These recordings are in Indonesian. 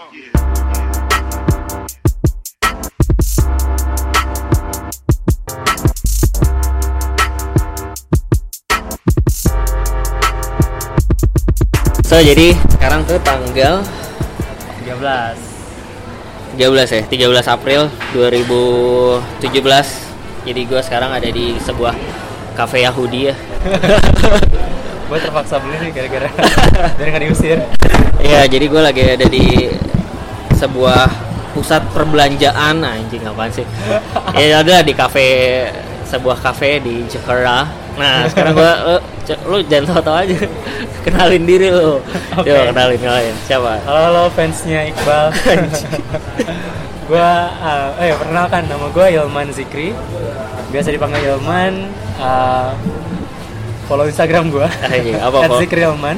So jadi sekarang tuh tanggal 13 ya, 13 April 2017. Jadi gue sekarang ada di sebuah cafe Yahudi ya. Gue terpaksa beli nih gara-gara biar nggak diusir. Iya, jadi gue lagi ada di sebuah pusat perbelanjaan. Anjing apaan sih? Ya ada di sebuah kafe di Jakarta. Nah sekarang lu jangan tahu aja. Kenalin diri lu. Okay. Coba kenalin. Siapa? Halo fansnya Iqbal. Gue perkenalkan, nama gue Ilman Zikri, biasa dipanggil Ilman. Follow Instagram gue apa @Zikri Ilman.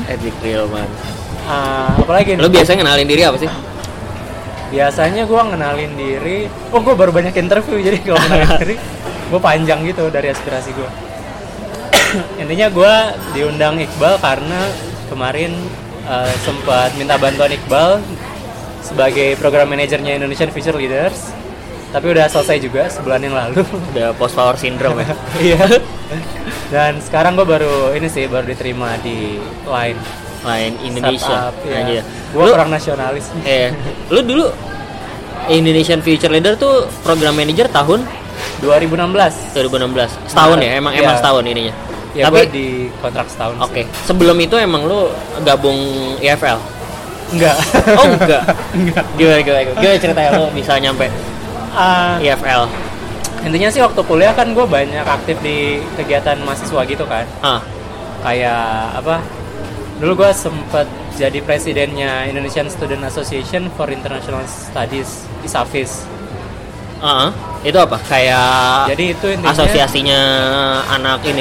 Apalagi lu biasanya kenalin diri apa sih? Biasanya gue ngenalin diri, gue baru banyak interview, jadi kalau ngenalin diri gue panjang gitu dari aspirasi gue. Intinya gue diundang Iqbal karena kemarin sempat minta bantuan Iqbal sebagai program manajernya Indonesian Future Leaders, tapi udah selesai juga sebulan yang lalu. Udah post power syndrome ya. Iya. Dan sekarang gue baru diterima di Line Indonesia. Ya. Gue kurang nasionalis. Lu dulu Indonesian Future Leader tuh program manager tahun 2016. Setahun ya? Emang setahun ininya. Ya, tapi di kontrak setahun. Oke. Sebelum itu emang lu gabung IFL? Enggak. Oh enggak. Gimana ceritanya lu bisa nyampe IFL? Intinya sih waktu kuliah kan gue banyak aktif di kegiatan mahasiswa gitu kan. Kayak apa? Dulu gue sempet jadi presidennya Indonesian Student Association for International Studies, ISAFIS. Itu apa? Kayak jadi itu intinya asosiasinya anak ini.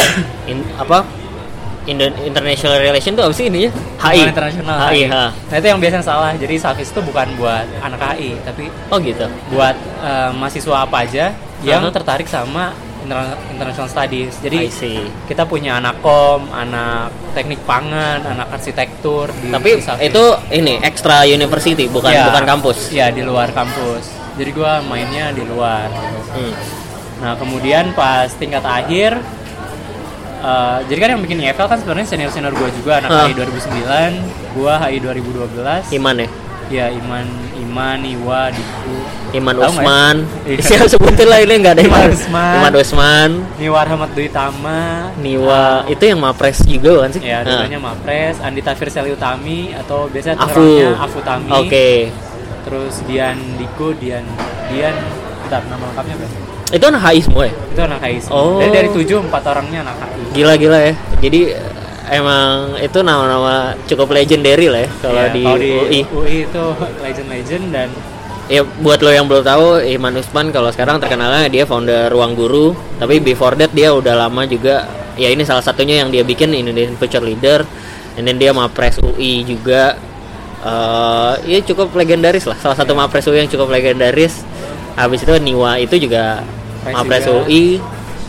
International Relation itu apa sih ininya? HI. International HI. Nah itu yang biasanya salah. Jadi ISAFIS itu bukan buat anak HI, tapi gitu. Buat mahasiswa apa aja yang tertarik sama International Studies. Jadi kita punya anak kom, anak teknik pangan, anak arsitektur. Tapi ISAFIS. Itu ini extra university, bukan kampus. Iya, di luar kampus. Jadi gua mainnya di luar. Nah kemudian pas tingkat akhir, jadi kan yang bikin IFL kan sebenarnya senior gue juga, anak HI 2009, gua HI 2012. Iman ya? Ya Iman, Iwa, Diku, Iman Usman. Siapa sebutin lah, ini nggak ada Iman Usman. Niwa Rahmat Dwi Tama. Niwa itu yang Mapres juga kan sih? Ya, dulunya Mapres. Andita Firseli Utami atau biasanya terkenalnya Afu Tami. Oke. Terus Dian Diko, Dian. Bentar, nama lengkapnya apa? Itu anak HI semua ya? Itu anak HI semua. Dari 7, 4 orangnya anak HI. Gila ya. Jadi emang itu nama-nama cukup legendary lah ya kalau di UI. UI itu legend dan ya buat lo yang belum tahu, Iman Usman kalau sekarang terkenalnya dia founder Ruang Guru, tapi before that dia udah lama juga. Ya ini salah satunya yang dia bikin Indonesian Future Leader, and then dia Mapres UI juga. Ya cukup legendaris lah, salah satu Mapres UI yang cukup legendaris. Habis itu Niwa itu juga Mapres UI.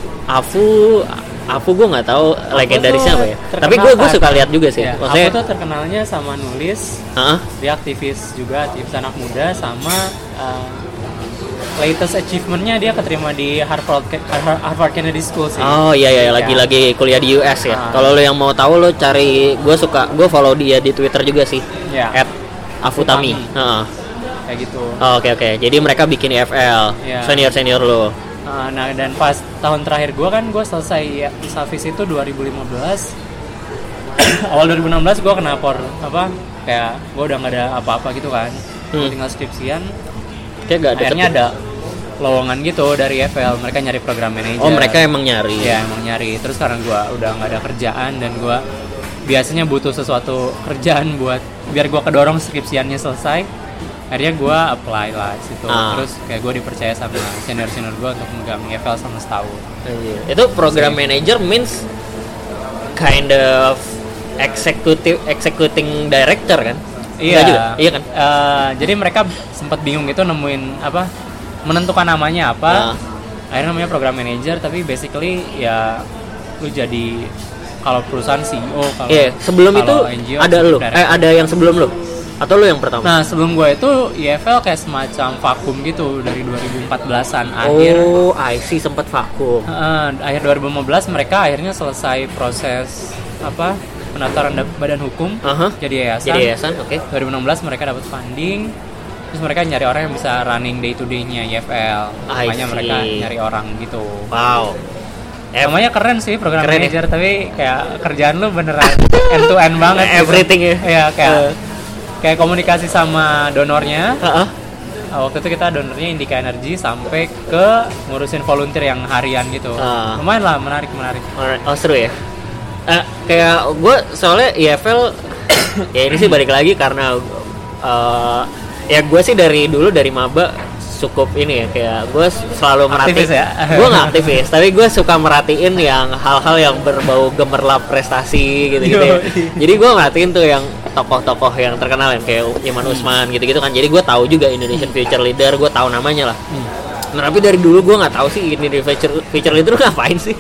Afu gue nggak tahu legendarisnya apa ya. Tapi gue suka lihat juga sih. Ya, maksudnya Afu tuh terkenalnya sama nulis. Dia aktivis anak muda, sama latest achievementnya dia keterima di Harvard Kennedy School sih. Oh iya lagi kuliah di US ya. Kalau lo yang mau tahu lo cari, gue follow dia di Twitter juga sih. @afutami. Kayak gitu. Oke. Jadi mereka bikin IFL. Senior lo. Nah dan pas tahun terakhir gue selesai ISAFIS itu 2015. Awal 2016 gue kena kayak gue udah nggak ada apa-apa gitu kan. Tinggal skripsian. Akhirnya ada lowongan gitu dari IFL, mereka nyari program manager. Oh mereka emang nyari? Iya emang nyari. Terus karena gue udah nggak ada kerjaan dan gue biasanya butuh sesuatu kerjaan biar gue kedorong skripsiannya selesai. Akhirnya gue apply lah situ. Terus kayak gue dipercaya sama senior gue untuk megang IFL sama setahun. Itu program manager means kind of executing director kan? Iya kan. Jadi mereka sempat bingung gitu nemuin menentukan namanya apa. Akhirnya namanya program manager, tapi basically ya lu jadi kalau perusahaan CEO. Kalau sebelum itu NGO, ada lu, ada yang sebelum lu. Atau lu yang pertama? Nah sebelum gue itu IFL kayak semacam vakum gitu dari 2014an akhir. Oh, I see, sempat vakum. Akhir 2015 mereka akhirnya selesai proses pendaftaran badan hukum, jadi yayasan. Jadi yayasan, oke. 2016 mereka dapat funding, terus mereka nyari orang yang bisa running day to day-nya IFL. Makanya mereka nyari orang gitu. Wow. Namanya keren sih, program keren manager, tapi kayak kerjaan lu beneran end to end banget. Everything gitu. Ya. Iya, kayak komunikasi sama donornya. Waktu itu kita donornya Indika Energy sampai ke ngurusin volunteer yang harian gitu. Lumayan lah, menarik. Oh, seru ya. Kayak gue soalnya IFL ya ini sih balik lagi karena ya gue sih dari dulu dari maba cukup ini ya, kayak gue selalu merhatiin ya? Gue nggak aktivis tapi gue suka merhatiin yang hal-hal yang berbau gemerlap prestasi gitu ya. Jadi gue merhatiin tuh yang tokoh-tokoh yang terkenal yang kayak Iman Usman gitu kan, jadi gue tahu juga Indonesian Future Leader, gue tahu namanya lah. Nah, tapi dari dulu gue nggak tahu sih ini Future Leader ngapain sih.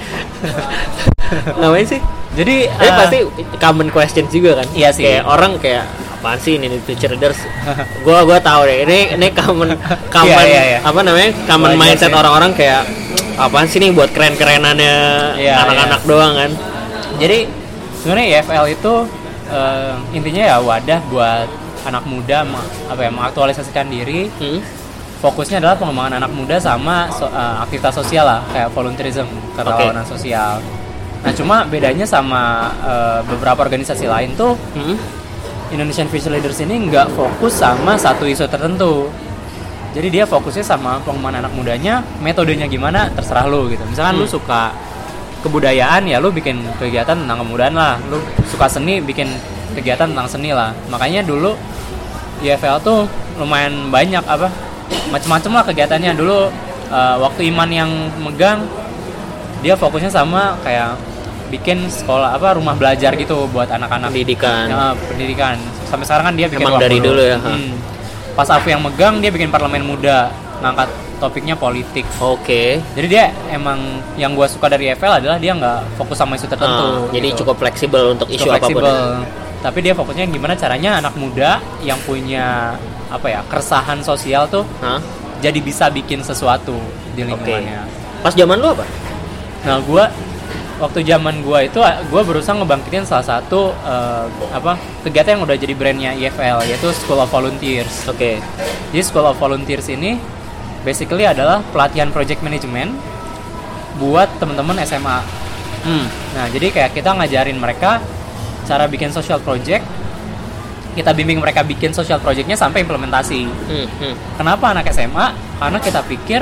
Ngapain sih? Jadi pasti common question juga kan. Iya sih. Kayak orang kayak apaan sih ini Future Leaders? Gua tahu deh. Ini common iya. apa namanya? Common mindset orang-orang kayak apaan sih nih buat keren-kerenannya anak-anak doang kan. Jadi sebenarnya IFL itu intinya ya wadah buat anak muda mengaktualisasikan diri. Fokusnya adalah pengembangan anak muda sama aktivitas sosial lah, kayak volunteerism, kerelawanan sosial. Nah cuma bedanya sama beberapa organisasi lain tuh, Indonesian Future Leaders ini nggak fokus sama satu isu tertentu. Jadi dia fokusnya sama pengembangan anak mudanya, metodenya gimana terserah lu gitu. Misalkan lu suka kebudayaan ya lu bikin kegiatan tentang kebudayaan lah, lu suka seni bikin kegiatan tentang seni lah. Makanya dulu IFL tuh lumayan banyak macam-macam lah kegiatannya. Dulu waktu Iman yang megang, dia fokusnya sama kayak bikin sekolah rumah belajar gitu buat anak-anak pendidikan. Sampai sekarang kan dia bikin emang dari dulu ya. Pas aku yang megang dia bikin parlemen muda, ngangkat topiknya politik. Jadi dia emang yang gua suka dari IFL adalah dia nggak fokus sama isu tertentu. Jadi cukup fleksibel untuk isu apapun. Tapi dia fokusnya gimana caranya anak muda yang punya keresahan sosial tuh jadi bisa bikin sesuatu di lingkungannya. Pas zaman lu apa? Nah, waktu zaman itu gue berusaha ngebangkitin salah satu kegiatan yang udah jadi brandnya IFL, yaitu School of Volunteers. Jadi School of Volunteers ini basically adalah pelatihan project management buat teman-teman SMA. Nah, jadi kayak kita ngajarin mereka cara bikin social project, kita bimbing mereka bikin social projectnya sampai implementasi. Kenapa anak SMA? Karena kita pikir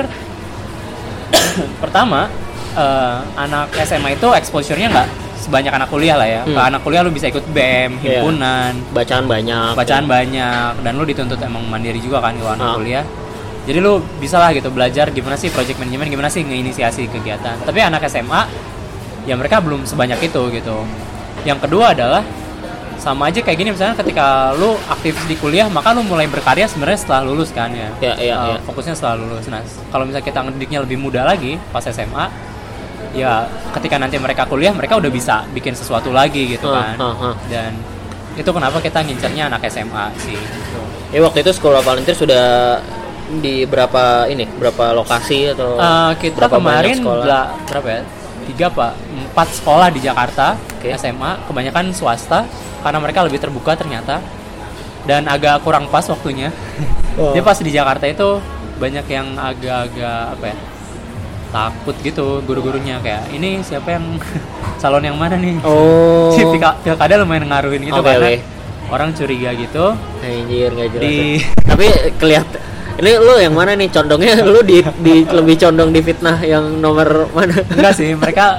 pertama anak SMA itu exposure-nya nggak sebanyak anak kuliah lah ya. Kalau anak kuliah lu bisa ikut BEM, himpunan, bacaan banyak, dan lu dituntut emang mandiri juga kan kalau anak kuliah. Jadi lu bisa lah gitu belajar gimana sih project management, gimana sih ngeinisiasi kegiatan. Tapi anak SMA ya mereka belum sebanyak itu gitu. Yang kedua adalah sama aja kayak gini, misalnya ketika lu aktif di kuliah maka lu mulai berkarya sebenarnya setelah lulus kan ya. Fokusnya setelah lulus. Nah, kalau misalnya kita ngedidiknya lebih muda lagi pas SMA, ya ketika nanti mereka kuliah mereka udah bisa bikin sesuatu lagi gitu kan. Dan itu kenapa kita ngincernya anak SMA sih gitu. Waktu itu School of Volunteer sudah di berapa lokasi atau kita kemarin berapa ya? 4 sekolah di Jakarta, SMA, kebanyakan swasta karena mereka lebih terbuka ternyata, dan agak kurang pas waktunya. Dia pas di Jakarta itu banyak yang agak takut gitu guru-gurunya, kayak ini siapa yang calon yang mana nih. Si pilkada lumayan ngaruhin gitu karena orang curiga gitu. Anjir, nggak jelas. Tapi kelihatan ini lu yang mana nih condongnya? Lu di lebih condong di fitnah yang nomor mana? Enggak sih, mereka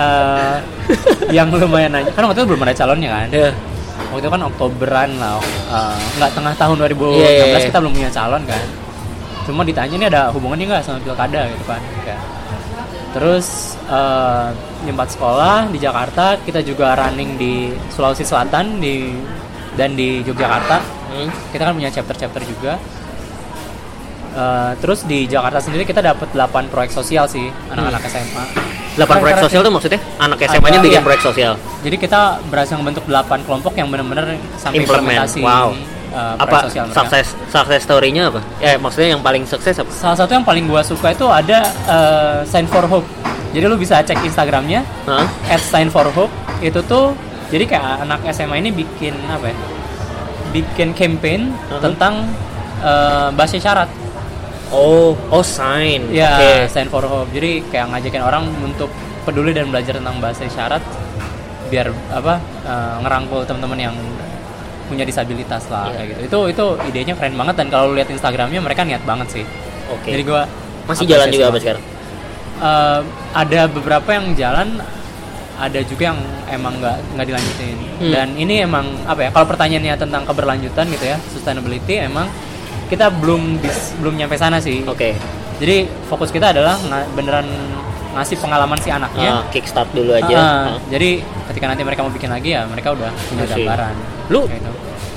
yang lumayan nanya. Kan waktu itu belum ada calonnya kan? Waktu itu kan Oktoberan lah, nggak tengah tahun 2016 kita belum punya calon kan. Cuma ditanya ini ada hubungannya nggak sama pilkada gitu kan? Terus di 4 sekolah di Jakarta, kita juga running di Sulawesi Selatan dan di Yogyakarta. Kita kan punya chapter-chapter juga. Terus di Jakarta sendiri kita dapat 8 proyek sosial sih anak-anak SMA. 8 proyek sosial tuh maksudnya anak SMA-nya bikin proyek sosial. Jadi kita berhasil membentuk 8 kelompok yang benar-benar sampai implementasi. Apa sosial mereka. success story-nya apa? Maksudnya yang paling sukses apa? Salah satu yang paling gua suka itu ada Sign for Hope. Jadi lu bisa cek Instagramnya Hah? @sign4hope. Itu tuh jadi kayak anak SMA ini bikin apa ya? Bikin campaign tentang bahasa isyarat. Oh, sign. Ya, Oke. Sign for Hope. Jadi kayak ngajakin orang untuk peduli dan belajar tentang bahasa isyarat biar ngerangkul teman-teman yang punya disabilitas lah kayak gitu. Itu idenya keren banget dan kalau lu lihat Instagramnya mereka niat banget sih. Oke. Jadi gua Masih jalan apresiasi juga apa banget. sekarang? Ada beberapa yang jalan, ada juga yang emang nggak dilanjutin. Dan ini emang apa ya? Kalau pertanyaannya tentang keberlanjutan gitu ya, sustainability, emang kita belum nyampe sana sih. Oke. Jadi fokus kita adalah beneran ngasih pengalaman si anaknya. Kickstart dulu aja. Jadi ketika nanti mereka mau bikin lagi ya mereka udah punya Oke. gambaran. Lu Kayak gitu.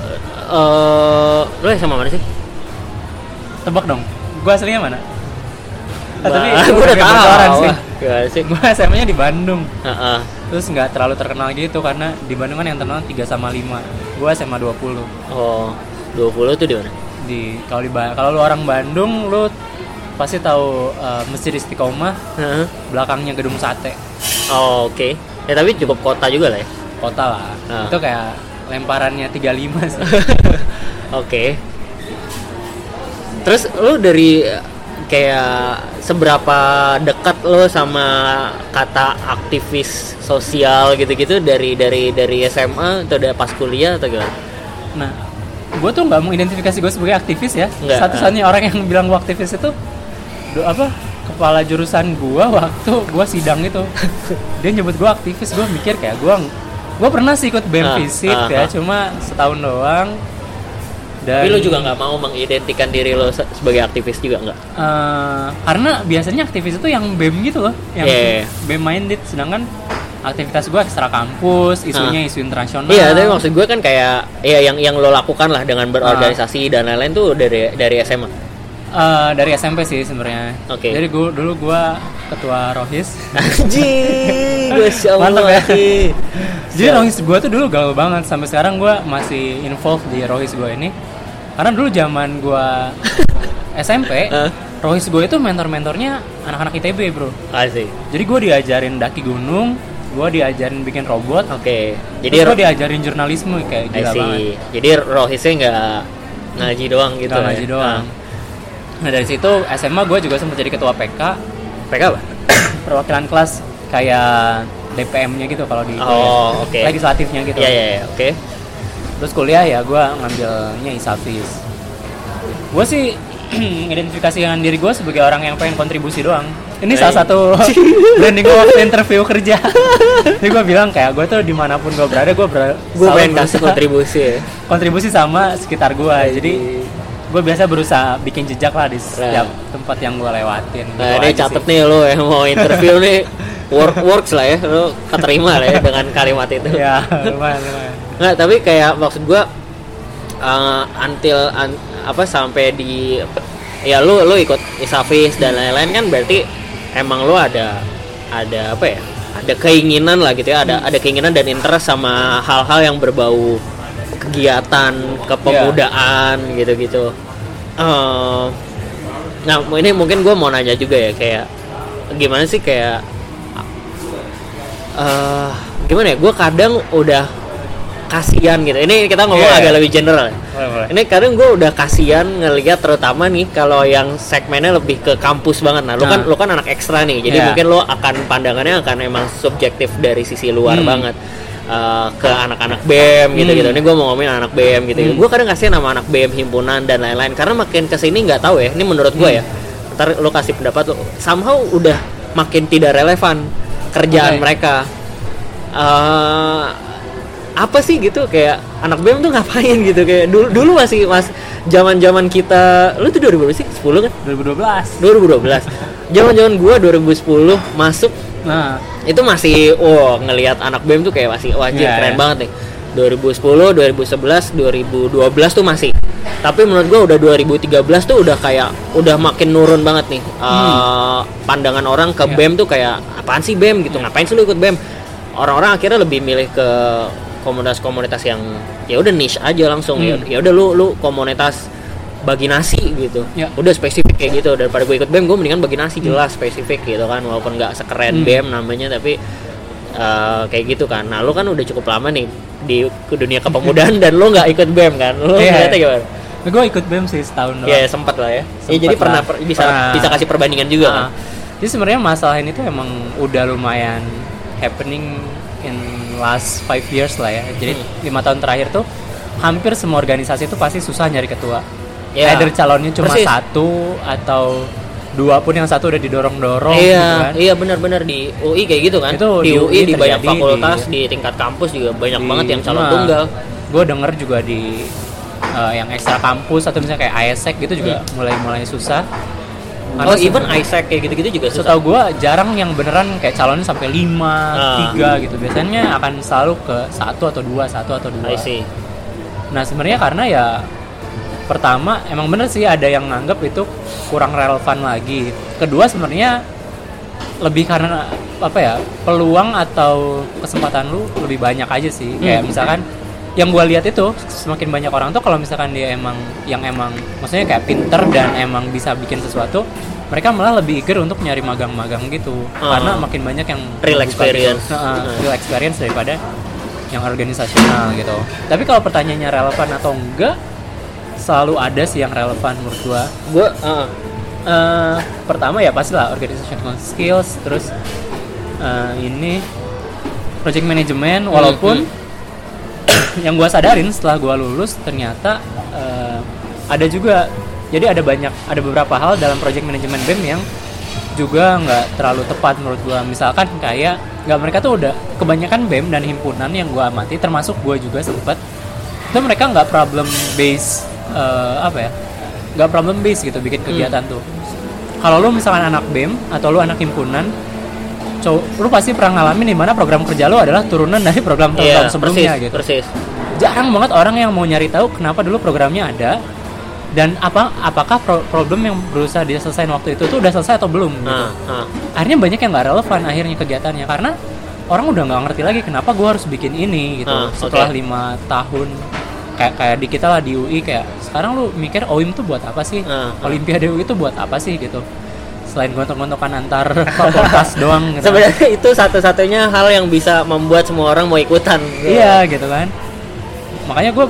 lu sama mana sih? Tebak dong. Gua aslinya mana? Tapi Gue udah tahu. sih. Gak sih. Gua SMA-nya di Bandung. Heeh. Terus nggak terlalu terkenal gitu karena di Bandung kan yang terkenal 3/5. Gua SMA 20. Oh, 20 tuh di mana? Kalau lu orang Bandung lu pasti tahu Masjid Istiqomah, Heeh. belakangnya Gedung Sate. Oh, oke. Ya tapi cukup kota juga lah ya. Kota lah. Itu kayak lemparannya 35 sih. Oke. Terus lu dari kayak seberapa dekat lo sama kata aktivis sosial gitu-gitu dari SMA atau dari pas kuliah atau gimana? Nah, gue tuh nggak mengidentifikasi gue sebagai aktivis ya. Nggak. Satu-satunya orang yang bilang gue aktivis itu kepala jurusan gue waktu gue sidang itu. Dia nyebut gue aktivis. Gue mikir kayak gue pernah sih ikut BEM visit ya, cuma setahun doang. Dan, tapi lo juga nggak mau mengidentikan diri lo sebagai aktivis juga nggak? Karena biasanya aktivis itu yang BEM gitu loh, yang BEM minded, sedangkan aktivitas gue ekstra kampus, isunya isu internasional. Iya, tapi maksud gue kan kayak yang lo lakukan lah dengan berorganisasi dan lain-lain tuh dari SMA. Dari SMP sih sebenarnya. Oke. Jadi gue ketua Rohis. Anjing, mantap ya. Jadi Rohis gue tuh dulu gaul banget, sampai sekarang gue masih involved di Rohis gue ini. Karena dulu zaman gue SMP, Rohis gue itu mentor-mentornya anak-anak ITB bro. Asik. Jadi gue diajarin daki gunung, gue diajarin bikin robot. Oke. Jadi gue diajarin jurnalisme kayak gila banget. Jadi Rohisnya nggak ngaji doang gitu. Nggak ngaji doang. Nah dari situ SMA gue juga sempat jadi ketua PK. PK apa? Perwakilan kelas kayak DPM-nya gitu kalau di legislatifnya gitu. Iya, oke. Terus kuliah ya gue ngambilnya Isafis. Gue sih identifikasikan diri gue sebagai orang yang pengen kontribusi doang. Ini salah satu branding gue waktu interview kerja. Jadi gue bilang kayak gue tuh dimanapun gue berada, gue pengen kasih kontribusi ya. Kontribusi sama sekitar gue. Jadi gue biasa berusaha bikin jejak lah di setiap tempat yang gue lewatin. Nah ini catet nih lo yang mau interview nih works lah ya, lo keterima lah ya dengan kalimat itu. Ya lumayan. Nggak, tapi kayak maksud gue sampai di ya lo ikut Isafis dan lain-lain kan berarti emang lo ada apa ya, ada keinginan lah gitu ya, ada keinginan dan interest sama hal-hal yang berbau kegiatan kepemudaan gitu-gitu. Nah ini mungkin gue mau nanya juga ya, kayak gimana sih kayak gimana ya, gue kadang udah kasihan gitu. Ini kita ngomong agak lebih general. Boleh. Ini kadang gue udah kasihan ngelihat, terutama nih kalau yang segmennya lebih ke kampus banget. Nah, lu kan anak ekstra nih, jadi mungkin lo akan pandangannya akan emang subjektif dari sisi luar banget ke anak-anak BEM gitu. Ini gue mau ngomongin anak BEM gitu. Gue kadang kasihan sama anak BEM, himpunan dan lain-lain, karena makin kesini nggak tahu ya. Ini menurut gue ya. Ntar lo kasih pendapat lo. Somehow udah makin tidak relevan kerjaan mereka. Apa sih gitu, kayak anak BEM tuh ngapain gitu, kayak dulu masih zaman kita, lu tuh 2010 kan? 2012. Zaman gua 2010 masuk. Nah, itu masih ngelihat anak BEM tuh kayak masih wajib keren banget nih. 2010, 2011, 2012 tuh masih. Tapi menurut gua udah 2013 tuh udah makin nurun banget nih. Pandangan orang ke BEM tuh kayak apaan sih BEM gitu, ngapain sih lu ikut BEM? Orang-orang akhirnya lebih milih ke komunitas-komunitas yang ya udah niche aja langsung. Ya udah lu komunitas bagi nasi gitu. Udah spesifik kayak gitu, daripada gue ikut BEM gue mendingan bagi nasi jelas spesifik gitu kan, walaupun nggak sekeren BEM namanya, tapi kayak gitu kan. Nah lu kan udah cukup lama nih di dunia kepemudaan dan lu nggak ikut BEM kan, lu ngeliatnya gimana? Gue ikut BEM sih setahun doang. Iya sempat lah ya. Jadi pernah bisa kasih perbandingan juga kan. Jadi sebenarnya masalah ini tuh emang udah lumayan happening in last 5 years lah ya. Jadi 5 tahun terakhir tuh hampir semua organisasi tuh pasti susah nyari ketua. Either calonnya cuma satu atau dua pun, yang satu udah didorong-dorong gitu kan. Iya benar-benar di UI kayak gitu kan. Itu di UI di banyak fakultas di tingkat kampus juga banyak banget yang calon tunggal. Gue denger juga di yang ekstra kampus atau misalnya kayak ISEC gitu juga mulai susah. Even ISEC kayak gitu-gitu juga susah. Setahu gue jarang yang beneran kayak calonnya sampai 5, 3 gitu. Biasanya akan selalu ke 1 atau 2. I see. Nah sebenarnya karena ya pertama emang bener sih ada yang nganggap itu kurang relevan lagi. Kedua sebenarnya lebih karena apa ya, peluang atau kesempatan lu lebih banyak aja sih. Kayak misalkan yang gue lihat itu semakin banyak orang tuh kalau misalkan dia emang maksudnya kayak pinter dan emang bisa bikin sesuatu, mereka malah lebih eager untuk nyari magang-magang gitu. Karena makin banyak yang real experience. Real experience daripada yang organisasional gitu. Tapi kalau pertanyaannya relevan atau enggak, selalu ada sih yang relevan menurut gua. Pertama ya pastilah organizational skills, terus ini project management, walaupun yang gua sadarin setelah gua lulus ternyata ada juga, jadi ada beberapa hal dalam project management BEM yang juga nggak terlalu tepat menurut gua. Misalkan kayak mereka tuh udah kebanyakan BEM dan himpunan yang gua amati, termasuk gua juga sempet, itu mereka nggak problem base nggak problem base gitu bikin kegiatan tuh. Kalau lu misalkan anak BEM atau lu anak himpunan, lu pasti pernah ngalamin di mana program kerja lu adalah turunan dari program tahun sebelumnya gitu. Persis. Jarang banget orang yang mau nyari tahu kenapa dulu programnya ada dan apakah problem yang berusaha diselesaikan waktu itu tuh udah selesai atau belum gitu. Akhirnya banyak yang nggak relevan akhirnya kegiatannya, karena orang udah nggak ngerti lagi kenapa gue harus bikin ini gitu. Setelah 5 tahun kayak di kita lah di UI, kayak sekarang lu mikir OIM tuh buat apa sih, Olimpiade UI itu buat apa sih gitu, selain gontok-gontokan antar fakultas doang gitu. Sebenarnya itu satu-satunya hal yang bisa membuat semua orang mau ikutan gitu. Iya gitu kan. Makanya gue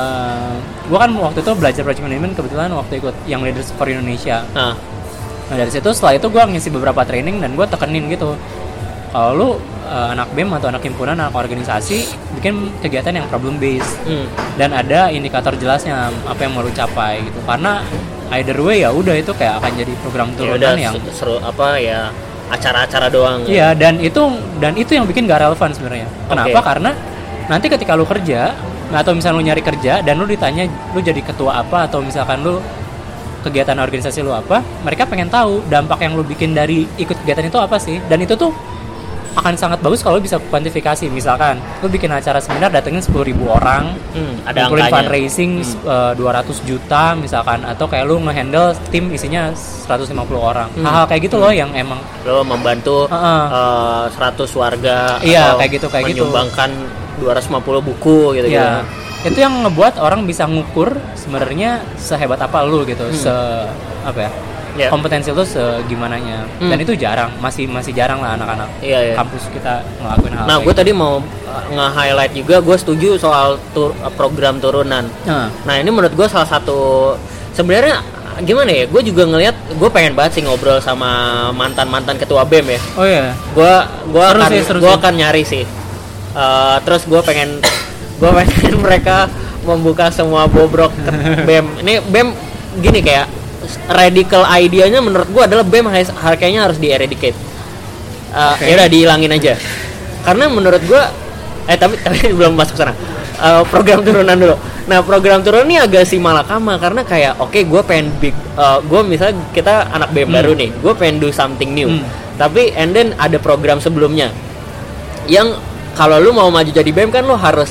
kan waktu itu belajar project management, kebetulan waktu ikut yang Leaders for Indonesia. Nah dari situ, setelah itu gue ngisi beberapa training dan gue tekenin gitu, kalau lu anak BEM atau anak himpunan, anak organisasi, bikin kegiatan yang problem based dan ada indikator jelasnya apa yang mau lu capai gitu. Karena either way ya udah itu kayak akan jadi program turunan yang seru acara-acara doang. Iya, dan itu yang bikin gak relevan sebenarnya. Kenapa? Karena nanti ketika lu kerja atau misalnya lu nyari kerja dan lu ditanya lu jadi ketua apa, atau misalkan lu kegiatan organisasi lu apa, mereka pengen tahu dampak yang lu bikin dari ikut kegiatan itu apa sih. Dan itu tuh akan sangat bagus kalau bisa kuantifikasi. Misalkan lu bikin acara seminar datengin 10.000 orang, ada angkanya, fundraising 200 juta misalkan, atau kayak lu nge-handle tim isinya 150 orang. Hal-hal kayak gitu loh yang emang lo membantu 100 warga, iya, atau kayak gitu menyumbangkan 250 buku gitu. Ya, itu yang ngebuat orang bisa ngukur sebenarnya sehebat apa lu gitu, kompetensi lu segimananya. Dan itu jarang, masih jarang lah anak-anak kampus kita ngelakuin hal. Nah, gue tadi mau nge-highlight juga, gue setuju soal program turunan. Nah, ini menurut gue salah satu, sebenarnya gimana ya, gue juga ngelihat, gue pengen banget sih ngobrol sama mantan ketua BEM ya. Oh iya. Gue akan nyari sih. Terus gue pengen mereka membuka semua bobrok ke BEM. Ini BEM gini, kayak radical idea-nya menurut gue adalah BEM kayaknya harus di-eradicate. Ya udah dihilangin aja. Karena menurut gue tapi belum masuk sana. Program turunan dulu. Nah, program turunan ini agak si malakama, karena kayak gue pengen gue misalnya kita anak BEM baru nih, gue pengen do something new. Tapi and then ada program sebelumnya yang kalau lu mau maju jadi BEM kan lu harus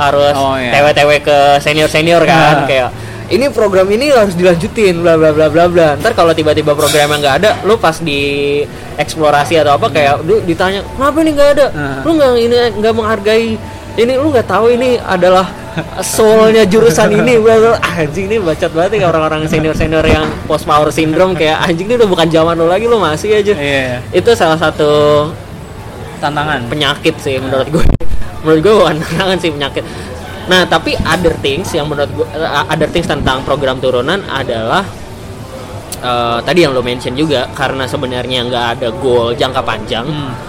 TW ke senior kan, kayak ini program ini harus dilanjutin bla bla bla bla bla. Ntar kalau tiba-tiba program yang nggak ada, lu pas di eksplorasi atau apa kayak lu ditanya kenapa ini nggak ada, lu nggak menghargai ini lu nggak tahu ini adalah soulnya jurusan ini. Anjing ini bacot banget ya orang-orang senior yang post power syndrome, kayak anjing ini udah bukan zaman lu lagi, lu masih aja. Iya. Itu salah satu Tantangan. penyakit sih menurut gue. Menurut gue bukan tantangan sih, penyakit. Nah tapi other things yang menurut gue, other things tentang program turunan adalah tadi yang lo mention juga, karena sebenarnya nggak ada goal jangka panjang.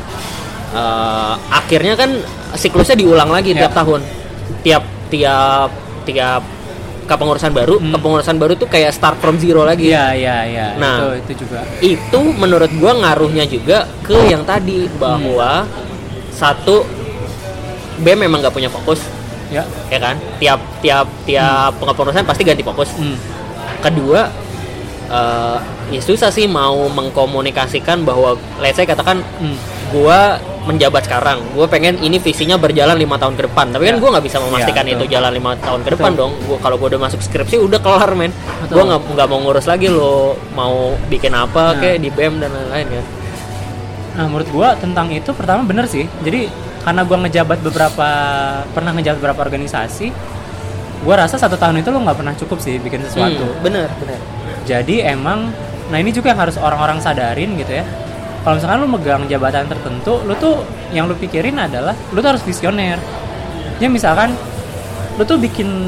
Akhirnya kan siklusnya diulang lagi tiap tahun, tiap kepengurusan baru tuh kayak start from zero lagi. Iya. Nah itu juga. Itu menurut gua ngaruhnya juga ke yang tadi, bahwa satu, BEM memang nggak punya fokus, ya kan? Tiap kepengurusan pasti ganti fokus. Kedua, ya susah sih mau mengkomunikasikan bahwa let's say katakan gua menjabat sekarang, gue pengen ini visinya berjalan 5 tahun ke depan, tapi kan gue nggak bisa memastikan itu jalan 5 tahun ke depan dong. Kalau gue udah masuk skripsi udah kelar men, gue nggak mau ngurus lagi lo mau bikin apa kayak di BEM dan lain-lain ya. Nah menurut gue tentang itu pertama bener sih, jadi karena gue pernah ngejabat beberapa organisasi, gue rasa 1 tahun itu lo nggak pernah cukup sih bikin sesuatu. Bener. Jadi emang, nah ini juga yang harus orang-orang sadarin gitu ya. Kalau misalkan lu megang jabatan tertentu, lu tuh yang lu pikirin adalah lu tuh harus visioner. Ya misalkan lu tuh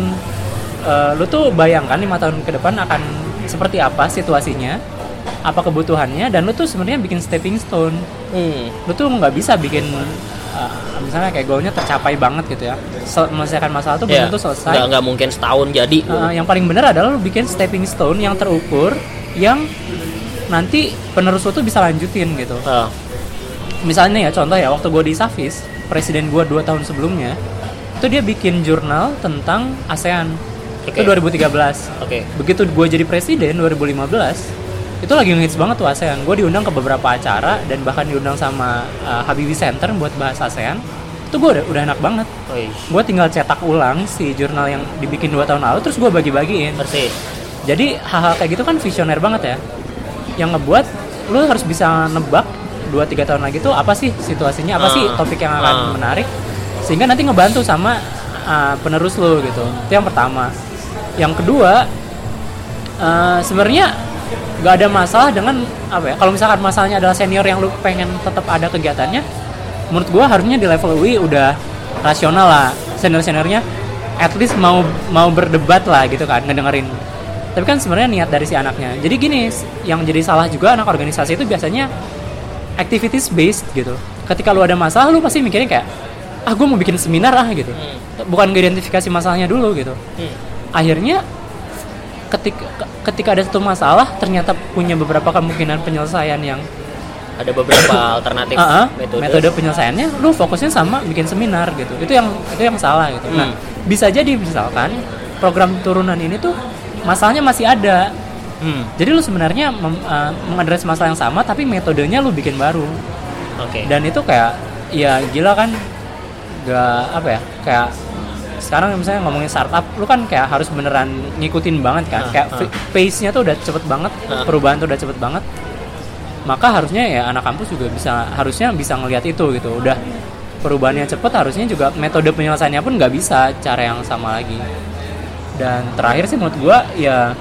lu tuh bayangkan 5 tahun ke depan akan seperti apa situasinya, apa kebutuhannya, dan lu tuh sebenarnya bikin stepping stone. Lu tuh nggak bisa bikin misalnya kayak goalnya tercapai banget gitu ya, menyelesaikan masalah tuh belum tentu selesai. Nggak mungkin setahun jadi. Yang paling benar adalah lu bikin stepping stone yang terukur, yang nanti penerus lu tuh bisa lanjutin gitu. Misalnya ya contoh ya, waktu gue di Safis, presiden gue 2 tahun sebelumnya itu dia bikin jurnal tentang ASEAN. Itu 2013. Begitu gue jadi presiden 2015, itu lagi ngehits banget tuh ASEAN. Gue diundang ke beberapa acara dan bahkan diundang sama Habibie Center buat bahas ASEAN. Itu gue udah enak banget. Gue tinggal cetak ulang si jurnal yang dibikin 2 tahun lalu, terus gue bagi-bagiin. Jadi hal-hal kayak gitu kan visioner banget ya, yang ngebuat lu harus bisa nebak 2-3 tahun lagi tuh apa sih situasinya, apa sih topik yang akan menarik, sehingga nanti ngebantu sama penerus lu gitu. Itu yang pertama. Yang kedua, sebenarnya nggak ada masalah dengan apa ya, kalau misalkan masalahnya adalah senior yang lu pengen tetap ada kegiatannya, menurut gua harusnya di level UI udah rasional lah, senior-seniornya at least mau berdebat lah gitu kan, ngedengerin. Tapi kan sebenarnya niat dari si anaknya. Jadi gini, yang jadi salah juga anak organisasi itu biasanya activities based gitu. Ketika lu ada masalah, lu pasti mikirnya kayak, gue mau bikin seminar gitu. Bukan ngeidentifikasi masalahnya dulu gitu. Akhirnya ketika ada satu masalah, ternyata punya beberapa kemungkinan penyelesaian yang ada beberapa alternatif metode penyelesaiannya, lu fokusnya sama bikin seminar gitu. Itu yang salah gitu. Nah, bisa jadi misalkan program turunan ini tuh masalahnya masih ada. Jadi lu sebenarnya mengadres masalah yang sama, tapi metodenya lu bikin baru. Dan itu kayak, ya gila kan, gak apa ya, kayak sekarang misalnya ngomongin startup, lu kan kayak harus beneran ngikutin banget kan, kayak pace-nya tuh udah cepet banget, perubahan tuh udah cepet banget. Maka harusnya ya anak kampus juga harusnya bisa ngelihat itu gitu. Udah perubahannya cepet, harusnya juga metode penyelesaiannya pun nggak bisa cara yang sama lagi. Dan terakhir sih menurut gua ya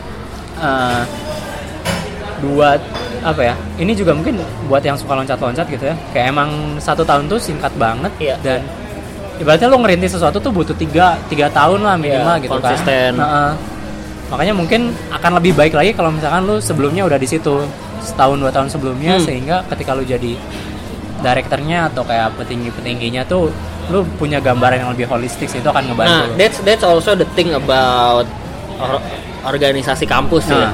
ini juga mungkin buat yang suka loncat-loncat gitu ya, kayak emang 1 tahun tuh singkat banget. Dan ibaratnya lo ngerintis sesuatu tuh butuh 3 tahun lah minimal gitu konsisten. Kan makanya mungkin akan lebih baik lagi kalau misalkan lo sebelumnya udah di situ 1-2 tahun sebelumnya, sehingga ketika lo jadi direkturnya atau kayak petingginya tuh lu punya gambaran yang lebih holistik sih, itu akan ngebantu. Nah, that's also the thing about organisasi kampus ya.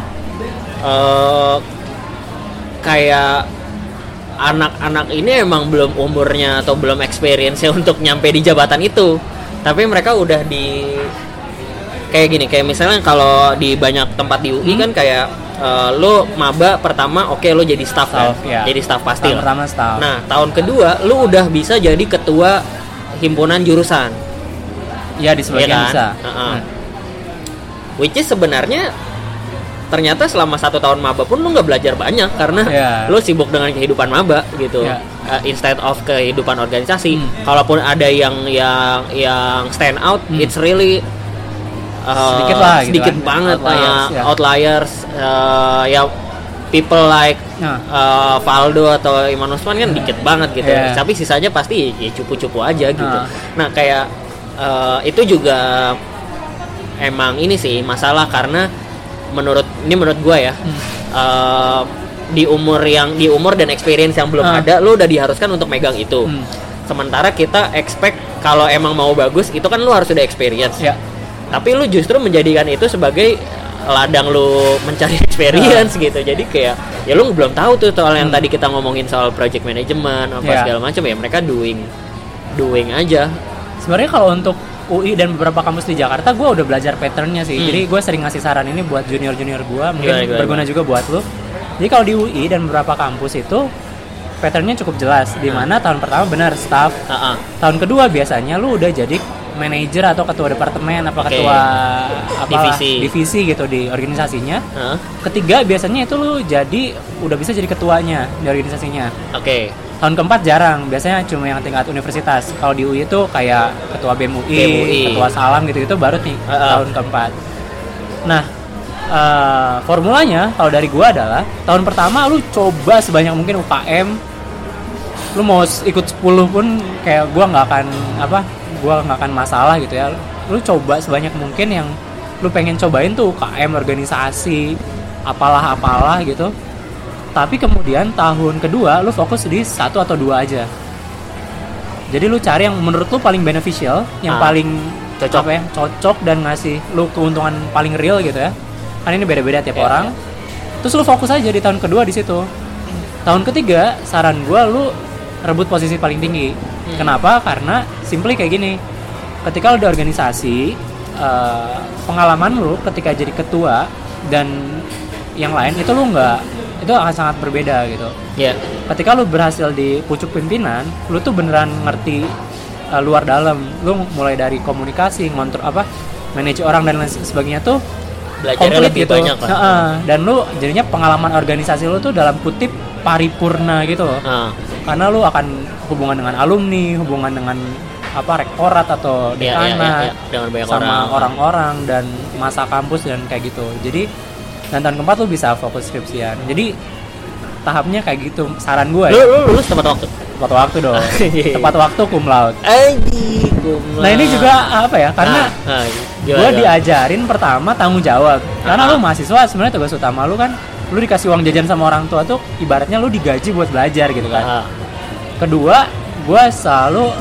Kayak anak-anak ini emang belum umurnya atau belum experience-nya untuk nyampe di jabatan itu. Tapi mereka udah di kayak gini, kayak misalnya kalau di banyak tempat di UI kan kayak lo maba pertama lo jadi staff kan? Jadi staff pasti lah. Pertama staff. Nah, tahun kedua lo udah bisa jadi ketua himpunan jurusan. Ya, di sebagian bisa. Which is sebenarnya ternyata selama 1 tahun maba pun lu nggak belajar banyak karena lu sibuk dengan kehidupan maba gitu. Instead of kehidupan organisasi. Kalaupun ada yang stand out, it's really sedikit gitu banget outliers, ya people like Valdo atau Iman Usman kan dikit banget gitu. Tapi sisanya pasti ya cupu-cupu aja gitu. Nah kayak itu juga emang ini sih masalah karena menurut gua ya, di umur dan experience yang belum ada, lu udah diharuskan untuk megang itu. Sementara kita expect kalau emang mau bagus itu kan lu harus udah experience. Tapi lu justru menjadikan itu sebagai ladang lu mencari experience gitu. Jadi kayak ya lu belum tahu tuh soal yang tadi kita ngomongin soal project management apa segala macam, ya mereka doing aja. Sebenarnya kalau untuk UI dan beberapa kampus di Jakarta, gue udah belajar patternnya sih. Jadi gue sering ngasih saran ini buat junior gue, mungkin berguna juga buat lu. Jadi kalau di UI dan beberapa kampus itu patternnya cukup jelas. Di mana tahun pertama benar staff, tahun kedua biasanya lu udah jadi manajer atau ketua departemen ketua divisi gitu di organisasinya. Ketiga biasanya itu lu udah bisa jadi ketuanya di organisasinya. Tahun keempat jarang, biasanya cuma yang tingkat universitas. Kalau di UI itu kayak ketua BEM UI, ketua Salam gitu baru nih tahun keempat. Nah, formulanya kalau dari gua adalah tahun pertama lu coba sebanyak mungkin UKM. Lu mau ikut 10 pun kayak gua nggak akan masalah gitu ya. Lu coba sebanyak mungkin yang lu pengen cobain tuh UKM, organisasi, apalah gitu. Tapi kemudian tahun kedua lu fokus di 1 atau 2 aja. Jadi lu cari yang menurut lu paling beneficial, yang paling cocok dan ngasih lu keuntungan paling real gitu ya. Kan ini beda-beda tiap orang. Terus lu fokus aja di tahun kedua di situ. Tahun ketiga saran gua lu rebut posisi paling tinggi. Kenapa? Karena simply kayak gini. Ketika lu di organisasi, pengalaman lu ketika jadi ketua dan yang lain itu itu akan sangat berbeda gitu. Ketika lu berhasil di pucuk pimpinan, lu tuh beneran ngerti luar dalam. Lu mulai dari komunikasi, ngontrol manage orang dan lain sebagainya tuh belajarnya lebih gitu. Banyak kan. Dan lu jadinya pengalaman organisasi lu tuh dalam kutip paripurna gitu loh. Karena lu akan hubungan dengan alumni, hubungan dengan rektorat atau dekanat, dengan banyak sama orang-orang dan masa kampus dan kayak gitu. Jadi dan tahun keempat lu bisa fokus skripsian. Jadi tahapnya kayak gitu. Saran gue ya. Lu lulus tepat waktu? Tepat waktu dong. Tepat waktu cum laude. Nah ini juga karena gue diajarin pertama tanggung jawab. Karena lu mahasiswa sebenarnya tugas utama lu kan lu dikasih uang jajan sama orang tua tuh ibaratnya lu digaji buat belajar gitu kan. Kedua, gue selalu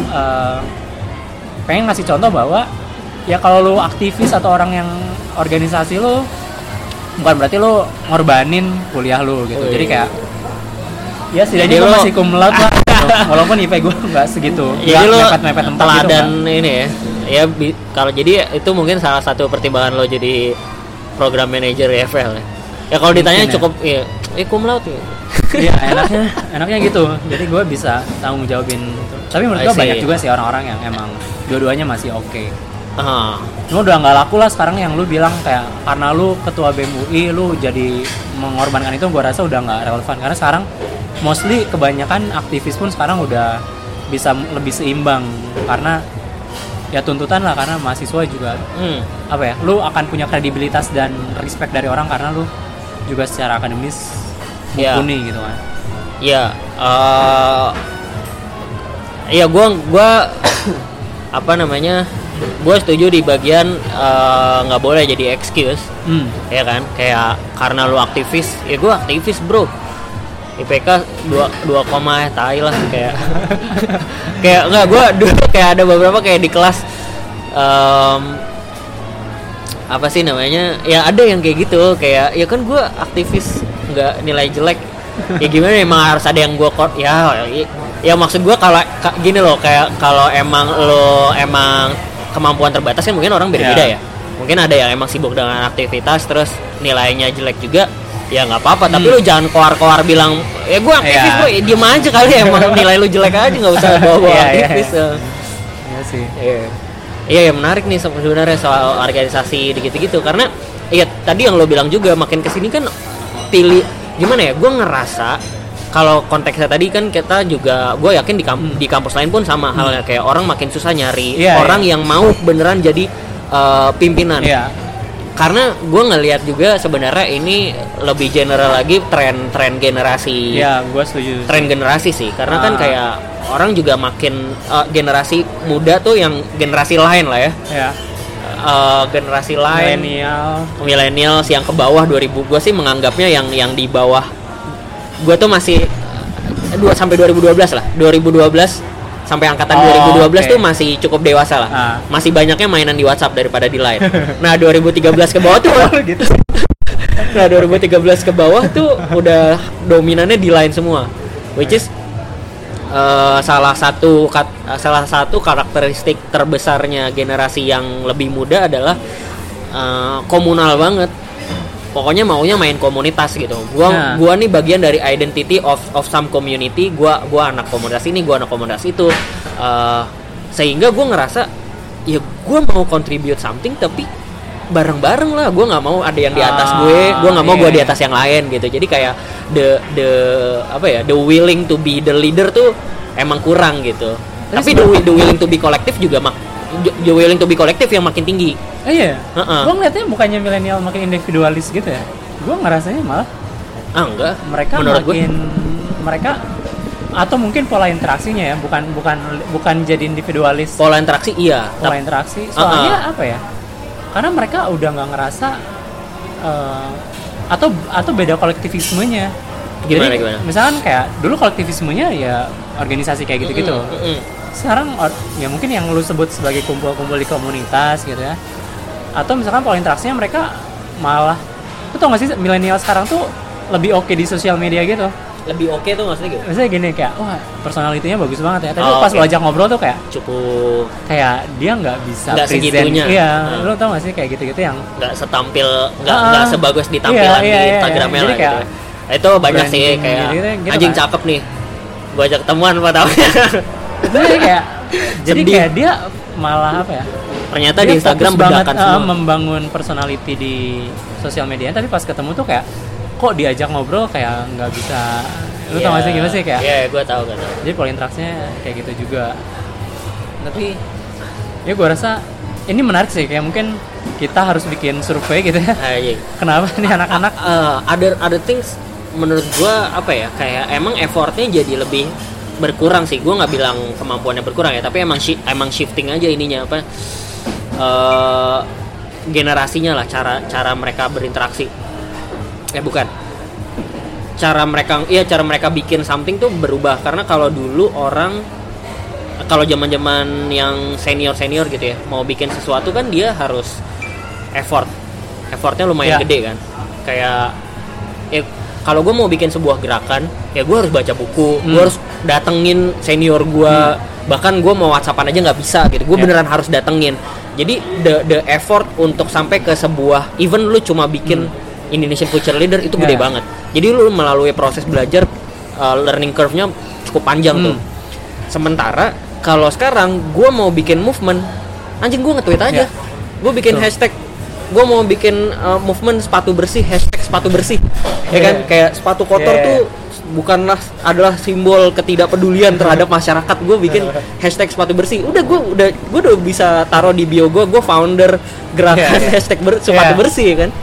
pengen ngasih contoh bahwa ya kalau lu aktivis atau orang yang organisasi lu, bukan berarti lu ngorbanin kuliah lu gitu. Jadi kayak ya setidaknya gue masih cum laude lah gitu. Walaupun IP gue nggak segitu. Jadi lu mepet-mepet tempat gitu dan ini ya kalau jadi itu mungkin salah satu pertimbangan lo jadi program manager EFL ya. Ya kalau ditanya mungkin cukup cum laude ya. Iya enaknya gitu. Jadi gue bisa tanggung jawabin gitu. Tapi menurut gue banyak juga sih orang-orang yang emang dua-duanya masih oke. Cuma udah nggak laku lah sekarang yang lu bilang kayak karena lu ketua BEM UI lu jadi mengorbankan itu, gue rasa udah nggak relevan karena sekarang mostly kebanyakan aktivis pun sekarang udah bisa lebih seimbang karena ya tuntutan lah, karena mahasiswa juga lu akan punya kredibilitas dan respect dari orang karena lu juga secara akademis mumpuni gitu kan. Iya gue gue setuju di bagian nggak boleh jadi excuse, ya kan, kayak karena lu aktivis, ya gue aktivis bro, IPK 2, tai lah kayak kayak nggak, gue dulu kayak ada beberapa kayak di kelas apa sih namanya, ya ada yang kayak gitu, kayak ya kan gue aktivis nggak nilai jelek, ya gimana, emang harus ada yang gue ya maksud gue kalau gini loh, kayak kalau emang lo emang kemampuan terbatas kan mungkin orang beda-beda ya. Mungkin ada yang emang sibuk dengan aktivitas terus nilainya jelek juga, ya nggak apa-apa. Tapi lu jangan koar-koar bilang ya gue aktivis bro, ya diem aja kali, emang nilai lu jelek aja, nggak usah bawa aktivis. Iya sih. Iya menarik nih sebenarnya soal organisasi gitu-gitu, karena iya tadi yang lo bilang juga makin kesini kan pilih gimana ya, gue ngerasa kalau konteksnya tadi kan kita juga gue yakin di kampus lain pun sama halnya kayak orang makin susah nyari orang yang mau beneran jadi pimpinan. Karena gue ngelihat juga sebenarnya ini lebih general lagi tren generasi. Iya, gue setuju. Tren generasi sih, karena kan kayak orang juga makin generasi muda tuh yang generasi lain lah ya. Generasi lain, milenial yang ke bawah 2000, gue sih menganggapnya yang di bawah gue tuh masih 2 sampai 2012 lah. 2012 sampai angkatan 2012 tuh masih cukup dewasa lah. Masih banyaknya mainan di WhatsApp daripada di Line. Nah, 2013 ke bawah tuh gitu. Nah, 2013 ke bawah tuh udah dominannya di Line semua. Which is salah satu karakteristik terbesarnya generasi yang lebih muda adalah komunal banget. Pokoknya maunya main komunitas gitu. Gua nih bagian dari identity of some community. Gua anak komunitas ini, gua anak komunitas itu. Sehingga gua ngerasa ya gua mau contribute something tapi bareng-bareng lah. Gua nggak mau ada yang di atas gua nggak mau gua di atas yang lain gitu. Jadi kayak the willing to be the leader tuh emang kurang gitu. Tapi the willing to be collective juga the willing to be collective yang makin tinggi. Iya. Gue ngeliatnya bukannya milenial makin individualis gitu ya. Gue ngerasanya malah enggak. Mereka mereka atau mungkin pola interaksinya ya, bukan jadi individualis. Pola interaksi iya. Pola interaksi. Soalnya apa ya? Karena mereka udah nggak ngerasa atau beda kolektivismenya. Gimana? Misalkan kayak dulu kolektivismenya ya organisasi kayak gitu-gitu. Sekarang ya mungkin yang lu sebut sebagai kumpul-kumpul di komunitas gitu ya. Atau misalkan pola interaksinya mereka malah, lu tau gak sih milenial sekarang tuh lebih oke di sosial media gitu. Lebih oke tuh maksudnya gitu? Maksudnya gini kayak, wah personalitinya bagus banget ya. Tapi pas lu ajak ngobrol tuh kayak cukup, kayak dia gak bisa gak segitunya. Iya, lu tau gak sih kayak gitu-gitu yang gak setampil, gak sebagus di tampilan di Instagramnya lah gitu. Itu banyak sih kayak gitu, anjing kan? Cakep nih, gua ajak ketemuan apa tau. Jadi kayak jadi kayak dia malah apa ya, ternyata di Instagram bedakan semua, membangun personality di sosial media, tapi pas ketemu tuh kayak kok diajak ngobrol kayak nggak bisa. Lu tau gak sih gimana sih kayak? Iya, gue tahu kan. Jadi pola interaksinya kayak gitu juga. Tapi ya gue rasa ini menarik sih, kayak mungkin kita harus bikin survei gitu ya. Kenapa nih anak-anak? Other things menurut gue apa ya, kayak emang effortnya jadi lebih berkurang sih. Gue nggak bilang kemampuannya berkurang ya, tapi emang shifting aja ininya apa, generasinya lah, cara mereka berinteraksi. Bukan cara mereka bikin something tuh berubah. Karena kalau dulu kalau zaman yang senior gitu ya, mau bikin sesuatu kan dia harus effortnya lumayan gede kan. Kayak kalau gue mau bikin sebuah gerakan, ya gue harus baca buku, gue harus datengin senior gue, bahkan gue mau WhatsAppan aja nggak bisa gitu, gue beneran harus datengin. Jadi the effort untuk sampai ke sebuah event lu cuma bikin Indonesian Future Leader itu gede banget. Jadi lu melalui proses belajar, learning curve-nya cukup panjang tuh. Sementara kalau sekarang gue mau bikin movement, anjing gue nge-tweet aja, gue bikin hashtag, gue mau bikin movement sepatu bersih, hashtag sepatu bersih, ya kan, kayak sepatu kotor tuh adalah simbol ketidakpedulian terhadap masyarakat. Gue bikin hashtag sepatu bersih, gue udah bisa taruh di bio gue founder gerakan hashtag sepatu bersih, ya kan.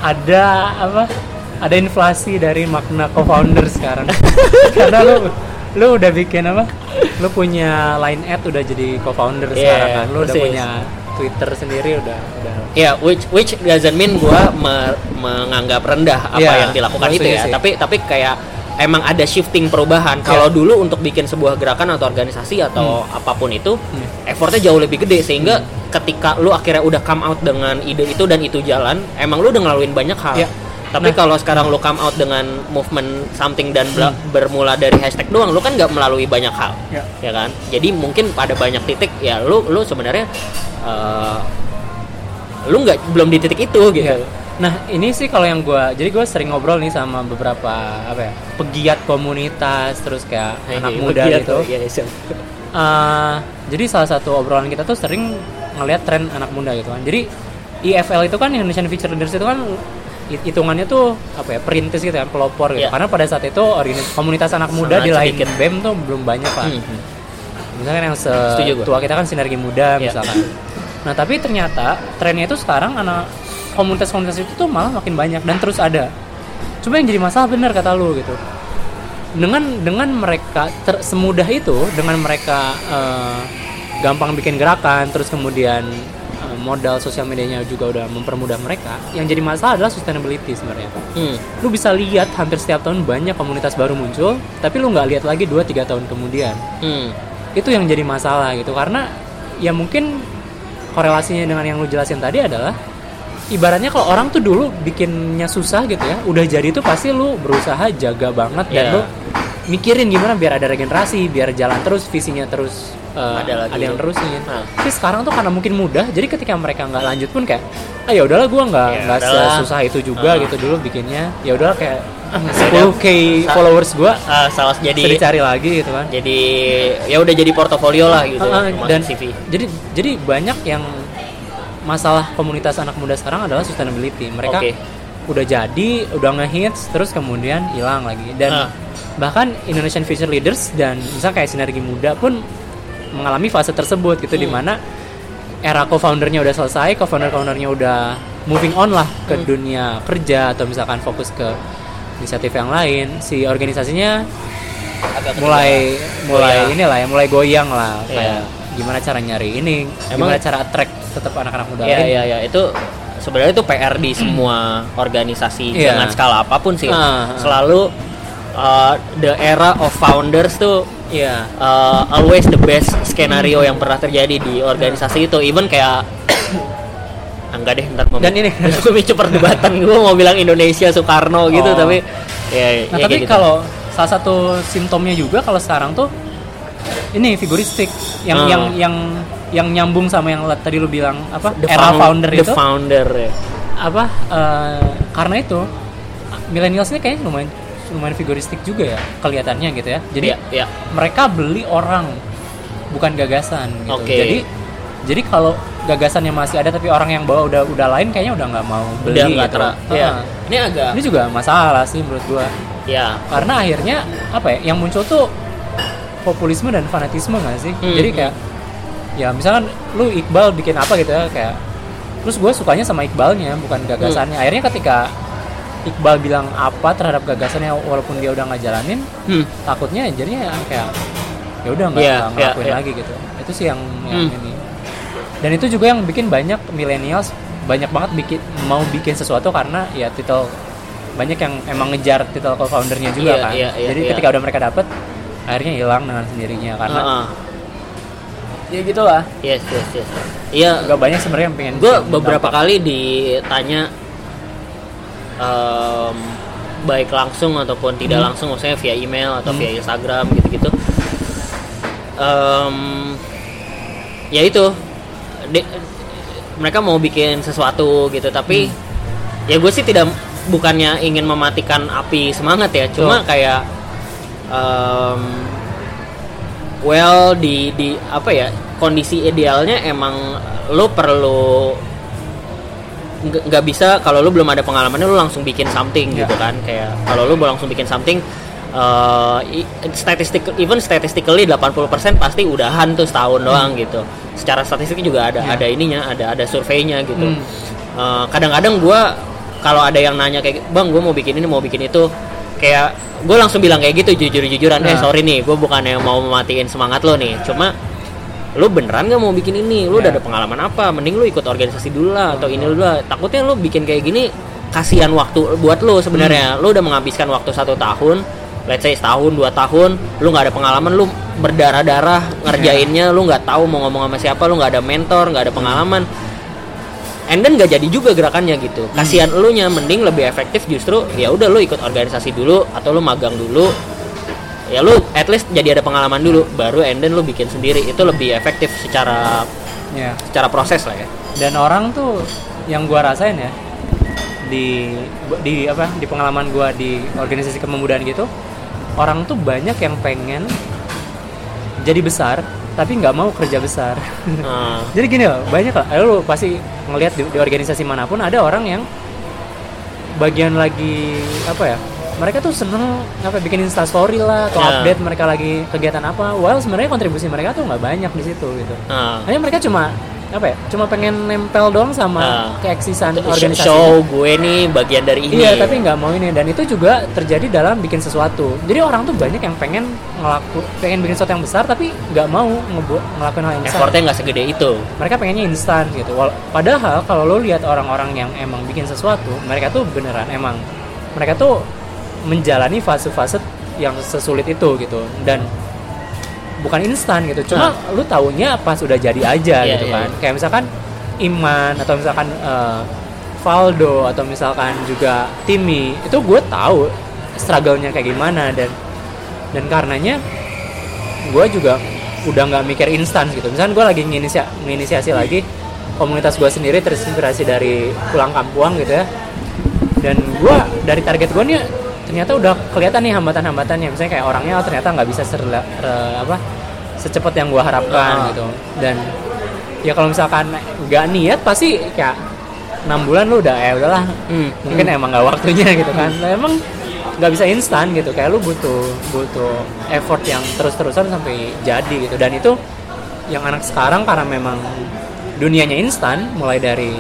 Ada inflasi dari makna co-founder sekarang. Karena lu udah bikin lu punya line ad udah jadi co-founder sekarang kan, lu udah punya Twitter sendiri udah. Ya, which doesn't mean gue menganggap rendah apa yang dilakukan itu ya. Tapi kayak emang ada shifting perubahan. Kalau dulu untuk bikin sebuah gerakan atau organisasi atau apapun itu, effortnya jauh lebih gede, sehingga ketika lu akhirnya udah come out dengan ide itu dan itu jalan, emang lu udah ngelaluin banyak hal. Tapi kalau sekarang lu come out dengan movement something dan bermula dari hashtag doang, lu kan nggak melalui banyak hal, ya kan? Jadi mungkin pada banyak titik ya lu sebenarnya lu belum di titik itu gitu. Nah ini sih kalau yang jadi gue sering ngobrol nih sama beberapa pegiat komunitas, terus kayak anak muda gitu. Jadi salah satu obrolan kita tuh sering ngelihat tren anak muda gitu kan. Jadi IFL itu kan, Indonesian Future Leaders itu kan hitungannya tuh apa ya, perintis gitu kan, pelopor gitu. Karena pada saat itu komunitas anak muda di lain BEM tuh belum banyak Pak. Misalkan yang setua kita kan Sinergi Muda misalkan. Nah tapi ternyata trennya itu sekarang anak komunitas-komunitas itu tuh malah makin banyak dan terus ada. Cuma yang jadi masalah benar kata lu gitu. Dengan mereka semudah itu, dengan mereka gampang bikin gerakan, terus kemudian modal sosial medianya juga udah mempermudah mereka. Yang jadi masalah adalah sustainability sebenarnya. Lu bisa lihat hampir setiap tahun banyak komunitas baru muncul, tapi lu nggak lihat lagi 2-3 tahun kemudian. Itu yang jadi masalah gitu, karena ya mungkin korelasinya dengan yang lu jelasin tadi adalah ibaratnya kalau orang tuh dulu bikinnya susah gitu ya, udah jadi tuh pasti lu berusaha jaga banget dan lu mikirin gimana biar ada regenerasi, biar jalan terus, visinya terus ada yang terusin. Tapi sekarang tuh karena mungkin mudah, jadi ketika mereka nggak lanjut pun kayak ya udahlah gue nggak susah itu juga gitu dulu bikinnya. Ya udahlah kayak 10k followers gue salah jadi cari lagi gitu kan. Jadi ya udah jadi portofolio lah gitu dan CV. Jadi banyak yang masalah komunitas anak muda sekarang adalah sustainability. Mereka udah jadi, udah ngehits, terus kemudian hilang lagi. Dan bahkan Indonesian Future Leaders dan misalnya kayak Sinergi Muda pun mengalami fase tersebut gitu, di mana era co-foundernya udah selesai, co-foundernya udah moving on lah ke dunia kerja atau misalkan fokus ke inisiatif yang lain. Si organisasinya mulai inilah ya, mulai goyang lah kayak gimana cara nyari ini, gimana cara attract tetap anak-anak muda lain. Iya, itu sebenarnya itu PR di semua organisasi dengan skala apapun sih. Selalu the era of founders tuh always the best skenario yang pernah terjadi di organisasi itu. Even kayak enggak deh, ntar dan ini micu perdebatan gue mau bilang Indonesia Soekarno gitu, tapi tapi gitu. Kalau salah satu simptomnya juga kalau sekarang tuh ini figuristik yang nyambung sama yang tadi lu bilang apa, era founder itu. Founder ya. Apa karena itu millennials ini kayaknya lumayan figuristik juga ya kelihatannya gitu ya. Jadi mereka beli orang bukan gagasan gitu. Jadi kalau gagasannya masih ada tapi orang yang bawa udah lain, kayaknya udah nggak mau beli gitu. Ini juga masalah sih menurut gua. Karena akhirnya apa ya, yang muncul tuh populisme dan fanatisme nggak sih? Jadi kayak ya misalkan lu Iqbal bikin apa gitu ya, kayak terus gue sukanya sama Iqbalnya bukan gagasannya. Akhirnya ketika Iqbal bilang apa terhadap gagasannya walaupun dia udah nggak jalanin, takutnya jadinya kayak ya udah nggak ngelakuin lagi gitu. Itu sih yang ini. Dan itu juga yang bikin banyak millennials banyak banget mau bikin sesuatu karena ya titel, banyak yang emang ngejar titel co-foundernya juga kan. Jadi ketika udah mereka dapet, akhirnya hilang dengan sendirinya karena ya gitulah. Yes. Iya. Gak banyak sebenarnya yang pengen. Gue beberapa kali ditanya baik langsung ataupun tidak langsung, maksudnya via email atau via Instagram gitu-gitu. Ya itu, mereka mau bikin sesuatu gitu, tapi ya gue sih bukannya ingin mematikan api semangat ya, cuma kayak di apa ya, kondisi idealnya emang lo perlu nggak bisa kalau lo belum ada pengalamannya lo langsung bikin something gitu kan. Kayak kalau lo langsung bikin something statistically 80% pasti udahan tuh setahun doang gitu. Secara statistik juga ada ininya, ada surveinya gitu. Kadang-kadang gue kalau ada yang nanya kayak, bang gue mau bikin ini mau bikin itu, kayak gue langsung bilang kayak gitu jujur-jujuran, sorry nih gue bukannya mau mematiin semangat lo nih, cuma lu beneran gak mau bikin ini, lu udah ada pengalaman apa, mending lu ikut organisasi dulu lah atau ini dulu lah. Takutnya lu bikin kayak gini kasihan waktu buat lu sebenarnya. Lu udah menghabiskan waktu 1 tahun, let's say setahun 2 tahun, lu nggak ada pengalaman, lu berdarah-darah ngerjainnya, lu nggak tahu mau ngomong sama siapa, lu nggak ada mentor, nggak ada pengalaman, and then nggak jadi juga gerakannya gitu. Kasihan elunya, mending lebih efektif justru ya udah lu ikut organisasi dulu atau lu magang dulu, ya lu at least jadi ada pengalaman dulu, baru and then lu bikin sendiri. Itu lebih efektif secara proses lah ya. Dan orang tuh yang gua rasain ya di pengalaman gua di organisasi kepemudaan gitu, orang tuh banyak yang pengen jadi besar tapi nggak mau kerja besar. Ah. Jadi gini loh, banyak lah, lu pasti ngelihat di organisasi manapun ada orang yang bagian lagi apa ya, mereka tuh seneng apa bikin instastory lah atau update mereka lagi kegiatan apa, while sebenarnya kontribusi mereka tuh nggak banyak di situ gitu. Hanya mereka cuma apa ya, cuma pengen nempel doang sama keeksisan organisasi. Show gue nih bagian dari ini. Iya, tapi nggak mau ini, dan itu juga terjadi dalam bikin sesuatu. Jadi orang tuh banyak yang pengen bikin sesuatu yang besar tapi nggak mau ngelakuin hal yang besar. Effortnya nggak segede itu. Mereka pengennya instan gitu. Padahal kalau lo lihat orang-orang yang emang bikin sesuatu, mereka tuh beneran emang mereka tuh menjalani fase-fase yang sesulit itu gitu, dan bukan instan gitu, cuma lu taunya pas udah jadi aja gitu kan. Kayak misalkan Iman atau misalkan Valdo atau misalkan juga Timmy, itu gue tahu struggle-nya kayak gimana, dan karenanya gue juga udah nggak mikir instan gitu. Misalkan gue lagi menginisiasi lagi komunitas gue sendiri terinspirasi dari Pulang Kampung gitu ya, dan gue dari target gue nih ternyata udah kelihatan nih hambatan-hambatannya, misalnya kayak orangnya ternyata nggak bisa secepat yang gue harapkan gitu. Dan ya kalau misalkan nggak niat pasti kayak 6 bulan lu udah udahlah, mungkin emang nggak waktunya gitu kan. Nah, emang nggak bisa instan gitu, kayak lu butuh effort yang terus-terusan sampai jadi gitu. Dan itu yang anak sekarang karena memang dunianya instan, mulai dari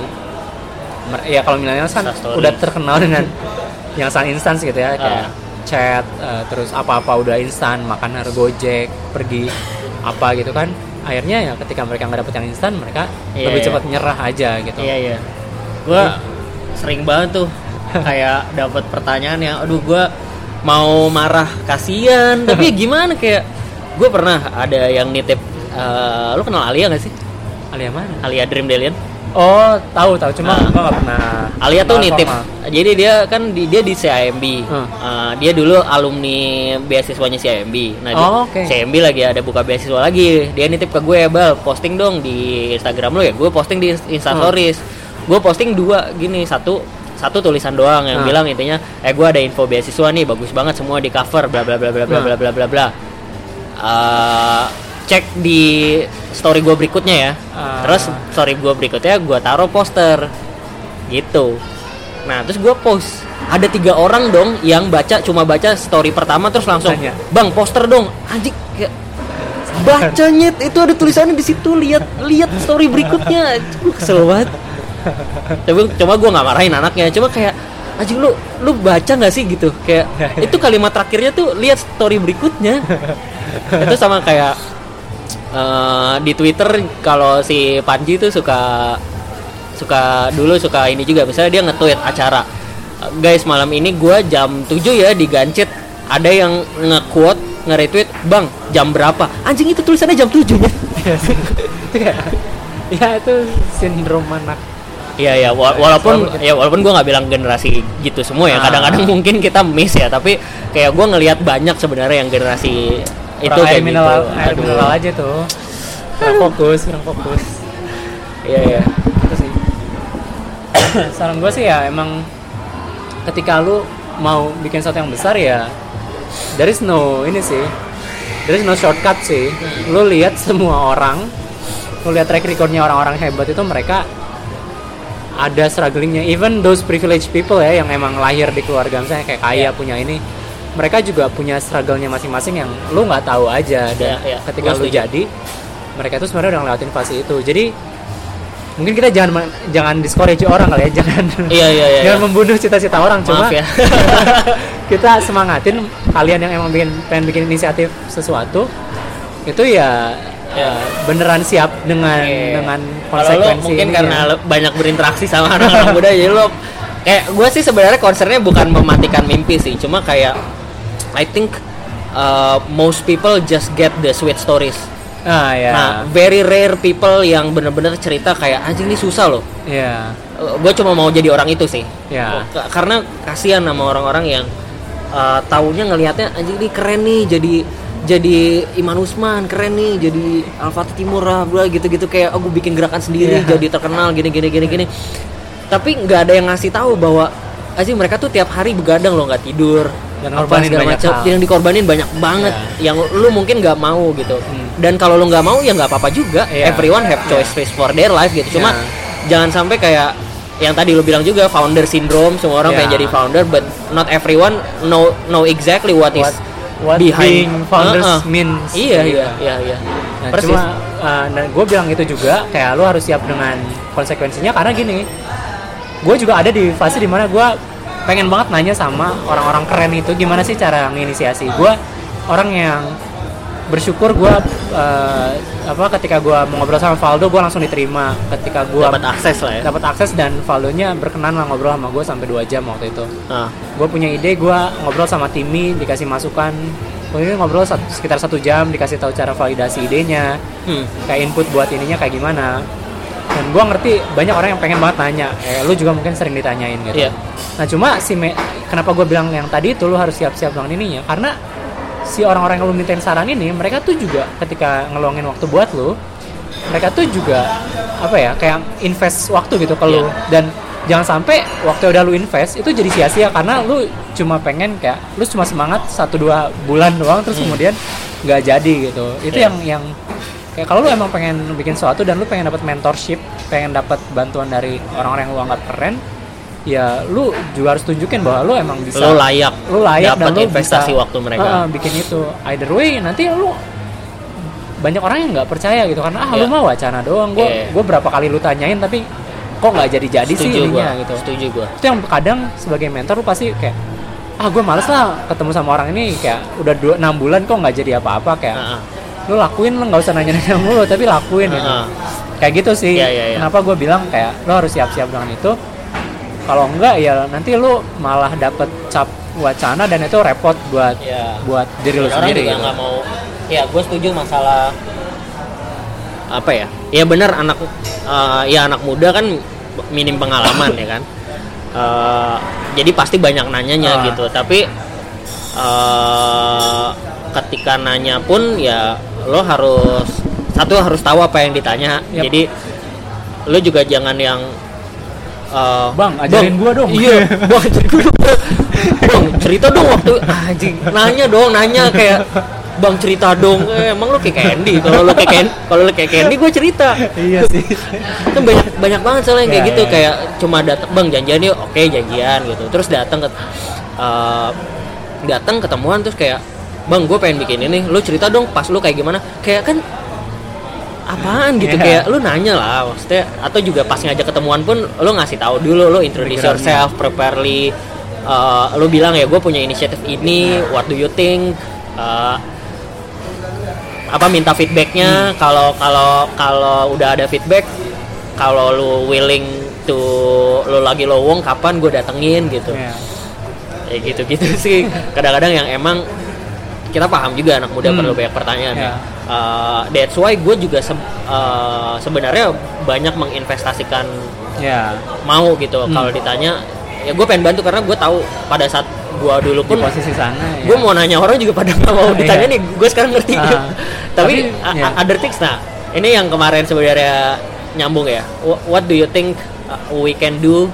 ya kalau milenial kan udah terkenal dengan yang sangat instan gitu ya, kayak chat, terus apa-apa udah instan, makan harus Gojek, pergi apa gitu kan. Akhirnya ya ketika mereka nggak dapet yang instan, mereka lebih cepat nyerah aja gitu. Iya. Gue sering banget tuh kayak dapat pertanyaan yang aduh gue mau marah kasihan tapi gimana, kayak gue pernah ada yang nitip, lu kenal Alia nggak sih? Alia mana? Alia Dream Delian. Oh, tahu cuma gue nggak pernah. Alia tuh nitip. Jadi dia kan dia di CIMB. Dia dulu alumni beasiswanya CIMB. Nah, CIMB lagi ada buka beasiswa lagi. Dia nitip ke gue, Bal, posting dong di Instagram lu ya. Gue posting di Instastories. Gue posting 2 gini, satu tulisan doang yang bilang intinya, gue ada info beasiswa nih, bagus banget semua di cover, bla bla bla bla bla bla bla bla bla. Cek di story gue berikutnya ya. Terus story gue berikutnya gue taruh poster gitu. Nah terus gue post, ada 3 orang dong yang cuma baca story pertama terus langsung bang poster dong, anjing kayak bacanya itu ada tulisannya di situ, lihat story berikutnya. Kesel banget. Cuma gue nggak marahin anaknya, cuma kayak anjing lu baca nggak sih gitu, kayak itu kalimat terakhirnya tuh lihat story berikutnya. Itu sama kayak di Twitter kalau si Panji tuh suka ini juga, misalnya dia nge-tweet acara, guys malam ini gue jam 7 ya di Gancit, ada yang nge-quote nge-retweet, bang jam berapa, anjing itu tulisannya jam 7 ya. Ya itu sindrom anak. Iya walaupun gue nggak bilang generasi gitu semua ya, kadang-kadang mungkin kita miss ya, tapi kayak gue ngelihat banyak sebenarnya yang generasi itu kayak gitu. Air mineral aja tuh. Kurang fokus. Iya. Itu sih. Saran gue sih ya emang ketika lu mau bikin sesuatu yang besar ya, there is no shortcut sih. Lu lihat semua orang, lu lihat track recordnya orang-orang hebat itu, mereka ada strugglingnya. Even those privileged people ya yang emang lahir di keluarga misalnya kayak kaya punya ini, mereka juga punya struggle-nya masing-masing yang lu nggak tahu aja. Dan ketika lu jadi, mereka tuh sebenarnya udah ngelewatin fase itu. Jadi mungkin kita jangan discourage orang kali ya, jangan membunuh cita-cita orang. Cuma ya. Kita semangatin kalian yang emang pengen bikin inisiatif sesuatu itu ya beneran siap dengan konsekuensi. Mungkin karena banyak berinteraksi sama orang-orang muda, jadi lo kayak gue sih sebenarnya concernnya bukan mematikan mimpi sih, cuma kayak I think most people just get the sweet stories. Nah, very rare people yang bener-bener cerita kayak anjing ini susah loh. Gue cuma mau jadi orang itu sih. Karena kasihan sama orang-orang yang taunya ngelihatnya anjing ini keren nih, jadi Iman Usman keren nih, jadi Al-Fatih Timur lah, gitu-gitu kayak gue bikin gerakan sendiri jadi terkenal gini. Tapi nggak ada yang ngasih tahu bahwa anjing mereka tuh tiap hari begadang loh, nggak tidur, dan apa ngorbanin segala banyak macam, hal. yang dikorbanin banyak banget yang lu mungkin nggak mau gitu. Dan kalau lu nggak mau ya nggak apa-apa juga. Everyone have choices for their life gitu. Cuma jangan sampai kayak yang tadi lu bilang juga founder syndrome, semua orang pengen jadi founder, but not everyone know exactly what behind being founders means. Iya. Nah, Persis. cuma gue bilang itu juga kayak lu harus siap dengan konsekuensinya, karena gini, gue juga ada di fase dimana gue pengen banget nanya sama orang-orang keren itu gimana sih cara menginisiasi. Gue orang yang bersyukur gue ketika gue mau ngobrol sama Valdo gue langsung diterima, ketika gue dapat akses dan Valdonya berkenan lah ngobrol sama gue sampai 2 jam waktu itu. Gue punya ide, gue ngobrol sama Timmy, dikasih masukan, gue ngobrol sekitar 1 jam, dikasih tahu cara validasi idenya, kayak input buat ininya kayak gimana. Dan gue ngerti banyak orang yang pengen banget nanya, lu juga mungkin sering ditanyain gitu. Nah cuma kenapa gue bilang yang tadi itu lu harus siap-siap dengan ininya, karena si orang-orang yang lu mintain saran ini, mereka tuh juga ketika ngeluangin waktu buat lu, mereka tuh juga kayak invest waktu gitu ke lu. Dan jangan sampai waktu udah lu invest itu jadi sia-sia karena lu cuma pengen kayak lu cuma semangat 1-2 bulan doang terus kemudian nggak jadi gitu. Itu yang kayak kalau lu emang pengen bikin sesuatu dan lu pengen dapat mentorship, pengen dapat bantuan dari orang-orang yang lu anggap keren, ya lu juga harus tunjukin bahwa lu emang bisa, lu layak dan lu investasi bisa waktu mereka bikin itu. Either way nanti lu banyak orang yang nggak percaya gitu karena lu mah wacana doang. Gue berapa kali lu tanyain tapi kok nggak jadi sih ininya gitu. Setuju gue. Itu yang kadang sebagai mentor lu pasti kayak gue males lah ketemu sama orang ini, kayak udah 6 bulan kok nggak jadi apa-apa, kayak lu lakuin, lu nggak usah nanya-nanya mulu tapi lakuin gitu. Kayak gitu sih. Kenapa gue bilang kayak lu harus siap-siap dengan itu. Kalau enggak ya nanti lu malah dapet cap wacana dan itu repot buat diri lu sendiri. Orang juga nggak mau. Ya gue setuju masalah ya benar anak muda kan minim pengalaman ya kan. Jadi pasti banyak nanyanya gitu. Tapi ketika nanya pun ya lo harus tahu apa yang ditanya. Jadi lo juga jangan yang bang ajarin gua dong. Iya, bang ajarin gua dong. Bang cerita dong waktu nanya kayak bang cerita dong. Emang lu kayak Candy? Kalau lu kayak Candy gue cerita. Iya sih. Kan banyak banget soalnya kayak gitu, kayak cuma datang bang janjian yuk, oke janjian gitu. Terus datang ketemuan terus kayak bang gue pengen bikin ini, lu cerita dong pas lu kayak gimana? Kayak kan apaan gitu, kayak lu nanya lah maksudnya, atau juga pas ngajak ketemuan pun lu ngasih tahu dulu, lu introduce yourself properly, lu bilang ya gue punya inisiatif ini, what do you think, minta feedbacknya. Kalau udah ada feedback, kalau lu willing to, lu lagi lowong kapan gue datengin gitu. Kayak gitu sih kadang-kadang yang emang kita paham juga anak muda perlu banyak pertanyaan. That's why gue juga sebenarnya banyak menginvestasikan mau gitu. Kalau ditanya ya gue pengen bantu karena gue tahu pada saat gue dulu pun di posisi sana gue mau nanya orang juga pada nggak mau ditanya nih, gue sekarang ngerti. Tapi other things, nah ini yang kemarin sebenarnya nyambung ya. What do you think we can do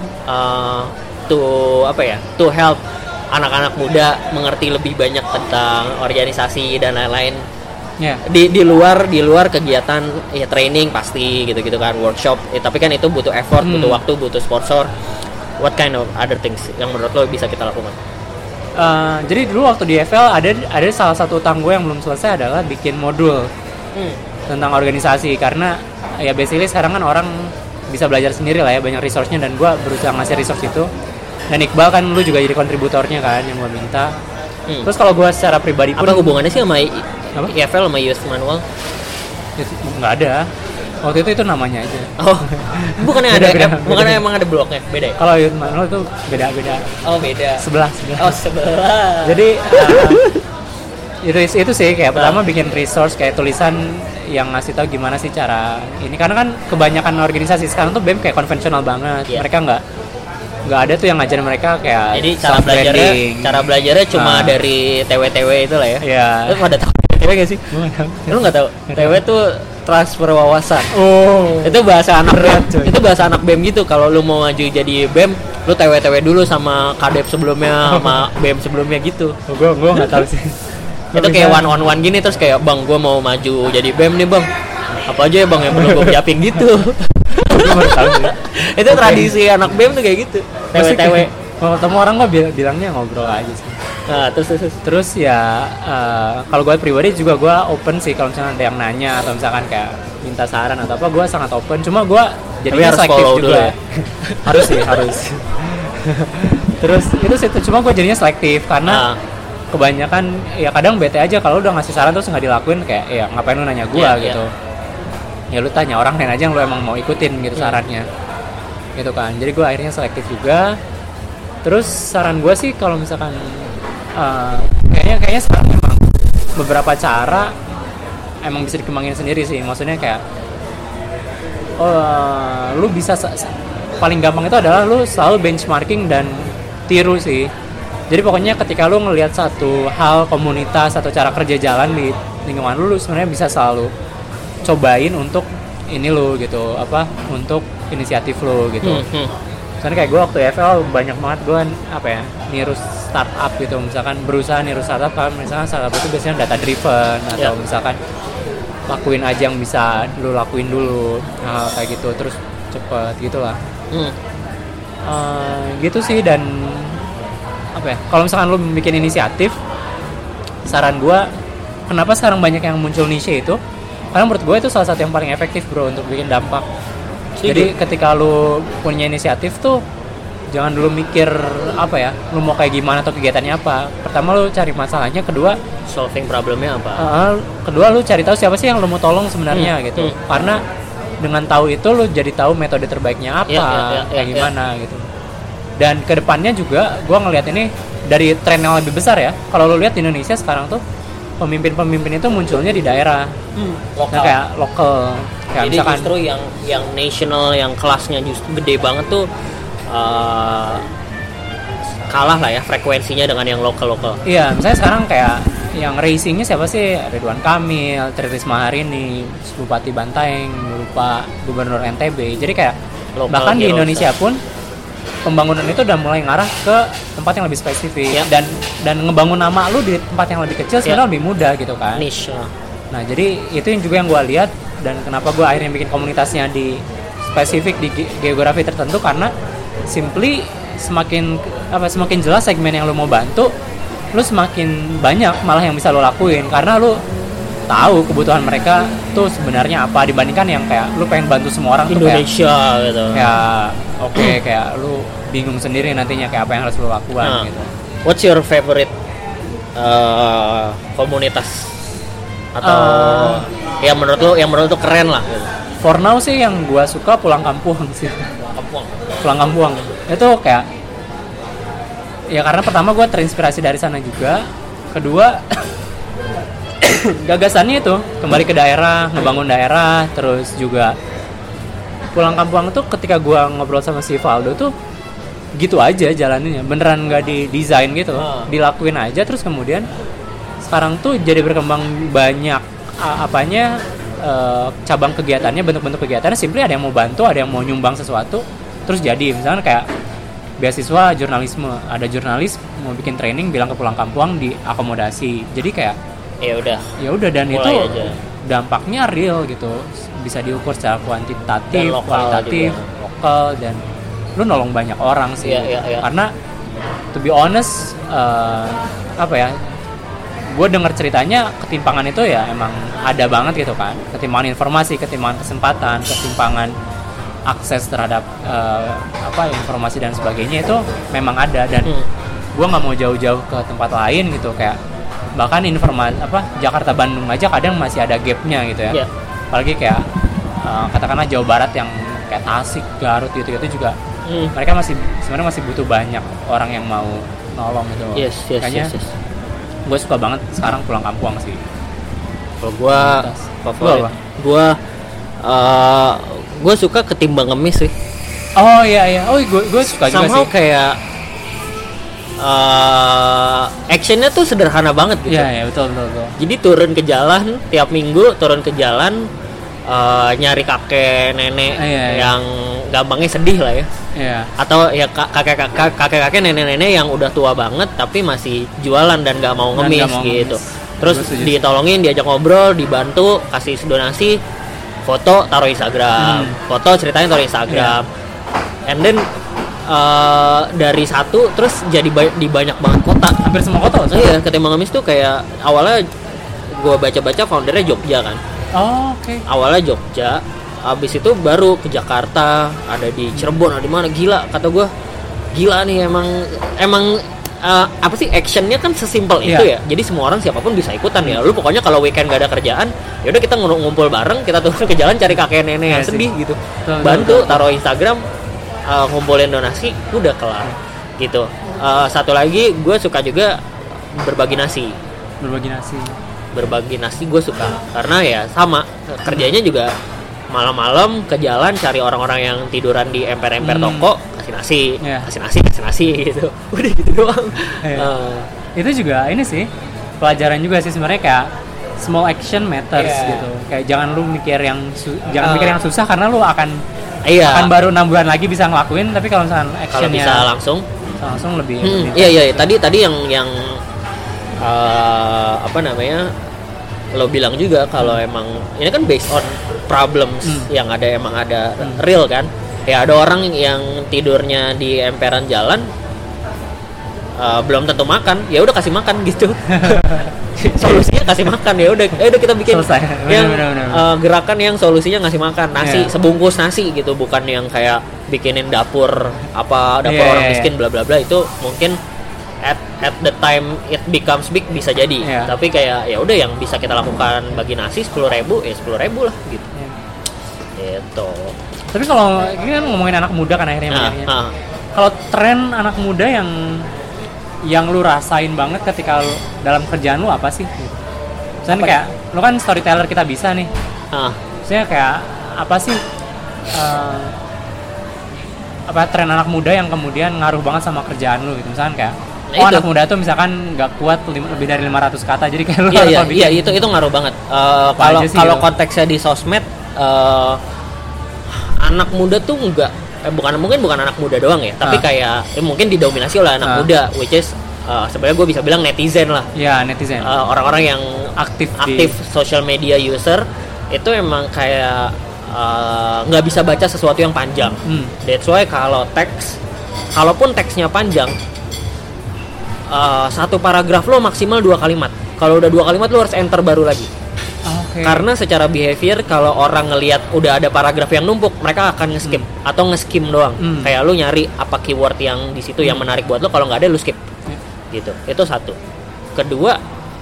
to help anak-anak muda mengerti lebih banyak tentang organisasi dan lain-lain? Di luar kegiatan ya, training pasti gitu kan, workshop tapi kan itu butuh effort, butuh waktu, butuh sponsor. What kind of other things yang menurut lo bisa kita lakukan? Jadi dulu waktu di FL ada salah satu utang gue yang belum selesai adalah bikin modul tentang organisasi, karena ya basically sekarang kan orang bisa belajar sendiri lah ya, banyak resource-nya, dan gue berusaha ngasih resource itu. Dan Iqbal kan lu juga jadi kontributornya kan yang gue minta. Terus kalau gue secara pribadi pun, apa hubungannya sih sama EFL sama US Manual? Nggak ada. Waktu itu namanya aja. Oh, bukannya bukannya emang ada bloknya? Beda ya? Kalau US Manual itu beda. Oh, beda. Sebelah. Oh, sebelah. Jadi itu sih kayak pertama bikin resource kayak tulisan yang ngasih tahu gimana sih cara ini, karena kan kebanyakan organisasi sekarang tuh BEM kayak konvensional banget. Mereka nggak ada tuh yang ngajarin mereka kayak, jadi cara belajarnya cuma dari TW itu lah ya. Iya. Lu pada tahu TW nggak sih? Lu nggak tahu? TW tuh transfer wawasan. Oh. Itu bahasa anak Berat, BEM. coy. Itu bahasa anak BEM gitu. Kalau lu mau maju jadi BEM, lu TW dulu sama kadep sebelumnya sama BEM sebelumnya gitu. Gue nggak tahu sih. Itu kayak one on one gini terus kayak, "Bang, gua mau maju jadi BEM nih, Bang. Apa aja ya, Bang, yang perlu gua siapin?" gitu. Gue baru tahu sih. Itu tradisi anak BEM tuh kayak gitu. TW. Kalau ketemu orang gue bilangnya ngobrol aja sih. Nah, Terus ya kalau gue pribadi juga gue open sih kalau misalnya ada yang nanya atau misalkan kayak minta saran atau apa, gue sangat open. Cuma gue jadinya harus selektif follow juga. dulu ya. Harus sih, harus. Terus itu sih, cuma gue jadinya selektif karena kebanyakan ya kadang bete aja kalau udah ngasih saran terus nggak dilakuin, kayak ya ngapain lu nanya gue gitu. Ya lu tanya orang lain aja yang lu emang mau ikutin gitu sarannya. Gitu kan. Jadi gue akhirnya selektif juga. Terus saran gue sih kalau misalkan kayaknya sekarang memang beberapa cara emang bisa dikembangin sendiri sih. Maksudnya kayak lu bisa paling gampang itu adalah lu selalu benchmarking dan tiru sih. Jadi pokoknya ketika lu ngelihat satu hal, komunitas atau cara kerja jalan di lingkungan lu sebenarnya bisa selalu cobain untuk ini lu gitu, untuk inisiatif lu gitu. Soalnya kayak gue waktu FL banyak banget gue niru startup gitu, misalkan berusaha niru startup kan, misalkan startup itu biasanya data driven atau misalkan lakuin aja yang bisa lu lakuin dulu, kayak gitu, terus cepet gitulah. Gitu sih. Dan kalau misalkan lu bikin inisiatif, saran gue kenapa sekarang banyak yang muncul niche itu, karena menurut gue itu salah satu yang paling efektif bro untuk bikin dampak. Jadi ketika lu punya inisiatif tuh jangan dulu mikir lu mau kayak gimana atau kegiatannya apa. Pertama lu cari masalahnya, kedua solving problemnya apa. Kedua lu cari tahu siapa sih yang lu mau tolong sebenarnya gitu. Karena dengan tahu itu lu jadi tahu metode terbaiknya apa, kayak gimana gitu. Dan kedepannya juga gua ngelihat ini dari tren yang lebih besar ya. Kalau lu lihat di Indonesia sekarang tuh pemimpin-pemimpin itu munculnya di daerah, lokal. kayak lokal. Kayak Jadi misalkan, justru yang national, yang kelasnya justru gede banget tuh kalah lah ya frekuensinya dengan yang lokal. Iya, misalnya sekarang kayak yang racingnya siapa sih? Ridwan Kamil, Tri Risma hari ini, Bupati Bantaeng, lupa Gubernur NTB. Jadi kayak local bahkan di Indonesia pun pembangunan itu udah mulai ngarah ke tempat yang lebih spesifik, dan ngebangun nama lu di tempat yang lebih kecil sebenarnya lebih mudah gitu kan. Niche. Nah jadi itu yang juga yang gue lihat, dan kenapa gue akhirnya bikin komunitasnya di spesifik di geografi tertentu, karena simply semakin jelas segmen yang lu mau bantu, lu semakin banyak malah yang bisa lu lakuin, karena lu tahu kebutuhan mereka tuh sebenarnya apa, dibandingkan yang kayak lu pengen bantu semua orang Indonesia tuh gitu. Kayak lu bingung sendiri nantinya kayak apa yang harus lu lakukan gitu. What's your favorite komunitas atau yang menurut lu keren lah gitu? For now sih yang gua suka Pulang Kampung sih. Pulang Kampung itu kayak ya karena pertama gua terinspirasi dari sana juga, kedua gagasannya itu kembali ke daerah, ngebangun daerah, terus juga Pulang Kampung tuh ketika gua ngobrol sama si Valdo tuh gitu aja jalannya, beneran nggak didesain gitu, dilakuin aja, terus kemudian sekarang tuh jadi berkembang banyak cabang kegiatannya, bentuk-bentuk kegiatannya, simply ada yang mau bantu, ada yang mau nyumbang sesuatu, terus jadi misalnya kayak beasiswa jurnalisme, ada jurnalis mau bikin training bilang ke Pulang Kampung diakomodasi, jadi kayak ya udah dan itu aja. Dampaknya real gitu, bisa diukur secara kuantitatif, kualitatif, lokal, dan lu nolong banyak orang sih. Karena to be honest gue dengar ceritanya ketimpangan itu ya emang ada banget gitu kan, ketimpangan informasi, ketimpangan kesempatan, ketimpangan akses terhadap informasi dan sebagainya itu memang ada, dan gue nggak mau jauh-jauh ke tempat lain gitu, kayak bahkan informasi Jakarta Bandung aja kadang masih ada gapnya gitu ya. Apalagi kayak katakanlah Jawa Barat yang kayak Tasik, Garut gitu juga mereka sebenarnya masih butuh banyak orang yang mau nolong gitu. Kayaknya gue suka banget sekarang Pulang Kampung sih. Kalau gue favorit gue suka Ketimbang Ngemis sih. Oh iya gue suka juga sih. Somehow kayak actionnya tuh sederhana banget gitu. Iya betul. Jadi turun ke jalan tiap minggu, turun ke jalan nyari kakek nenek Iya. yang gampangnya sedih lah ya. Iya. Atau ya kakek nenek-nenek yang udah tua banget tapi masih jualan dan nggak mau Dan ngemis nggak mau gitu. ngemis. Terus Gua setuju. ditolongin, diajak ngobrol, dibantu, kasih donasi, foto taruh Instagram, foto ceritanya taruh Instagram, and then dari satu terus jadi di banyak banget kota. Hampir semua kota loh. Iya, ketimbang ngemis tuh kayak awalnya gue baca-baca foundernya Jogja kan. Oh, oke. Awalnya Jogja, abis itu baru ke Jakarta, ada di Cirebon, ada di mana, gila kata gue, gila nih emang apa sih actionnya kan sesimpel itu ya. Jadi semua orang siapapun bisa ikutan ya. Lu pokoknya kalau weekend gak ada kerjaan, ya udah kita ngumpul bareng, kita turun ke jalan cari kakek nenek yang sedih gitu, bantu, taruh Instagram, ngumpulin donasi, udah kelar gitu. Satu lagi gue suka juga berbagi nasi gue suka karena ya sama kerjanya juga malam-malam ke jalan cari orang-orang yang tiduran di emper-emper toko, kasih nasi gitu, udah gitu doang. Itu juga ini sih pelajaran juga sih sebenarnya, kayak small action matters gitu. Kayak jangan lu mikir yang mikir yang susah karena lu akan baru 6 bulan lagi bisa ngelakuin, tapi kalau misalkan actionnya bisa langsung lebih iya tadi yang apa namanya lo bilang juga kalau emang ini kan based on problems yang emang ada real kan. Ya ada orang yang tidurnya di emperan jalan, belum tentu makan, ya udah kasih makan gitu. Solusinya kasih makan, ya udah kita bikin gerakan yang solusinya ngasih makan nasi, sebungkus nasi gitu, bukan yang kayak bikinin dapur orang miskin bla bla bla. Itu mungkin at the time it becomes big bisa jadi, tapi kayak ya udah yang bisa kita lakukan bagi nasi 10.000 ya 10.000 lah gitu. Gitu. Tapi kalau ini kan ngomongin anak muda kan akhirnya kalau tren anak muda yang lu rasain banget ketika lu dalam kerjaan lu apa sih? Misalnya kayak lu kan storyteller kita bisa nih. Misalnya kayak apa sih tren anak muda yang kemudian ngaruh banget sama kerjaan lu gitu. Misalnya kayak anak muda tuh misalkan nggak kuat lebih dari 500 kata, jadi kayak lu itu ngaruh banget. Kalau konteksnya di sosmed, anak muda tuh mungkin bukan anak muda doang ya, tapi kayak mungkin didominasi oleh anak muda, which is sebenarnya gue bisa bilang netizen lah. Netizen. Orang-orang yang aktif social media user itu emang kayak nggak bisa baca sesuatu yang panjang. That's why kalaupun teksnya panjang, satu paragraf lo maksimal 2 kalimat. Kalau udah 2 kalimat lo harus enter baru lagi. Karena secara behavior kalau orang ngelihat udah ada paragraf yang numpuk, mereka akan nge-skip atau nge-skim doang. Kayak lu nyari apa keyword yang di situ yang menarik buat lo, kalau nggak ada lu skip. Gitu. Itu satu. Kedua,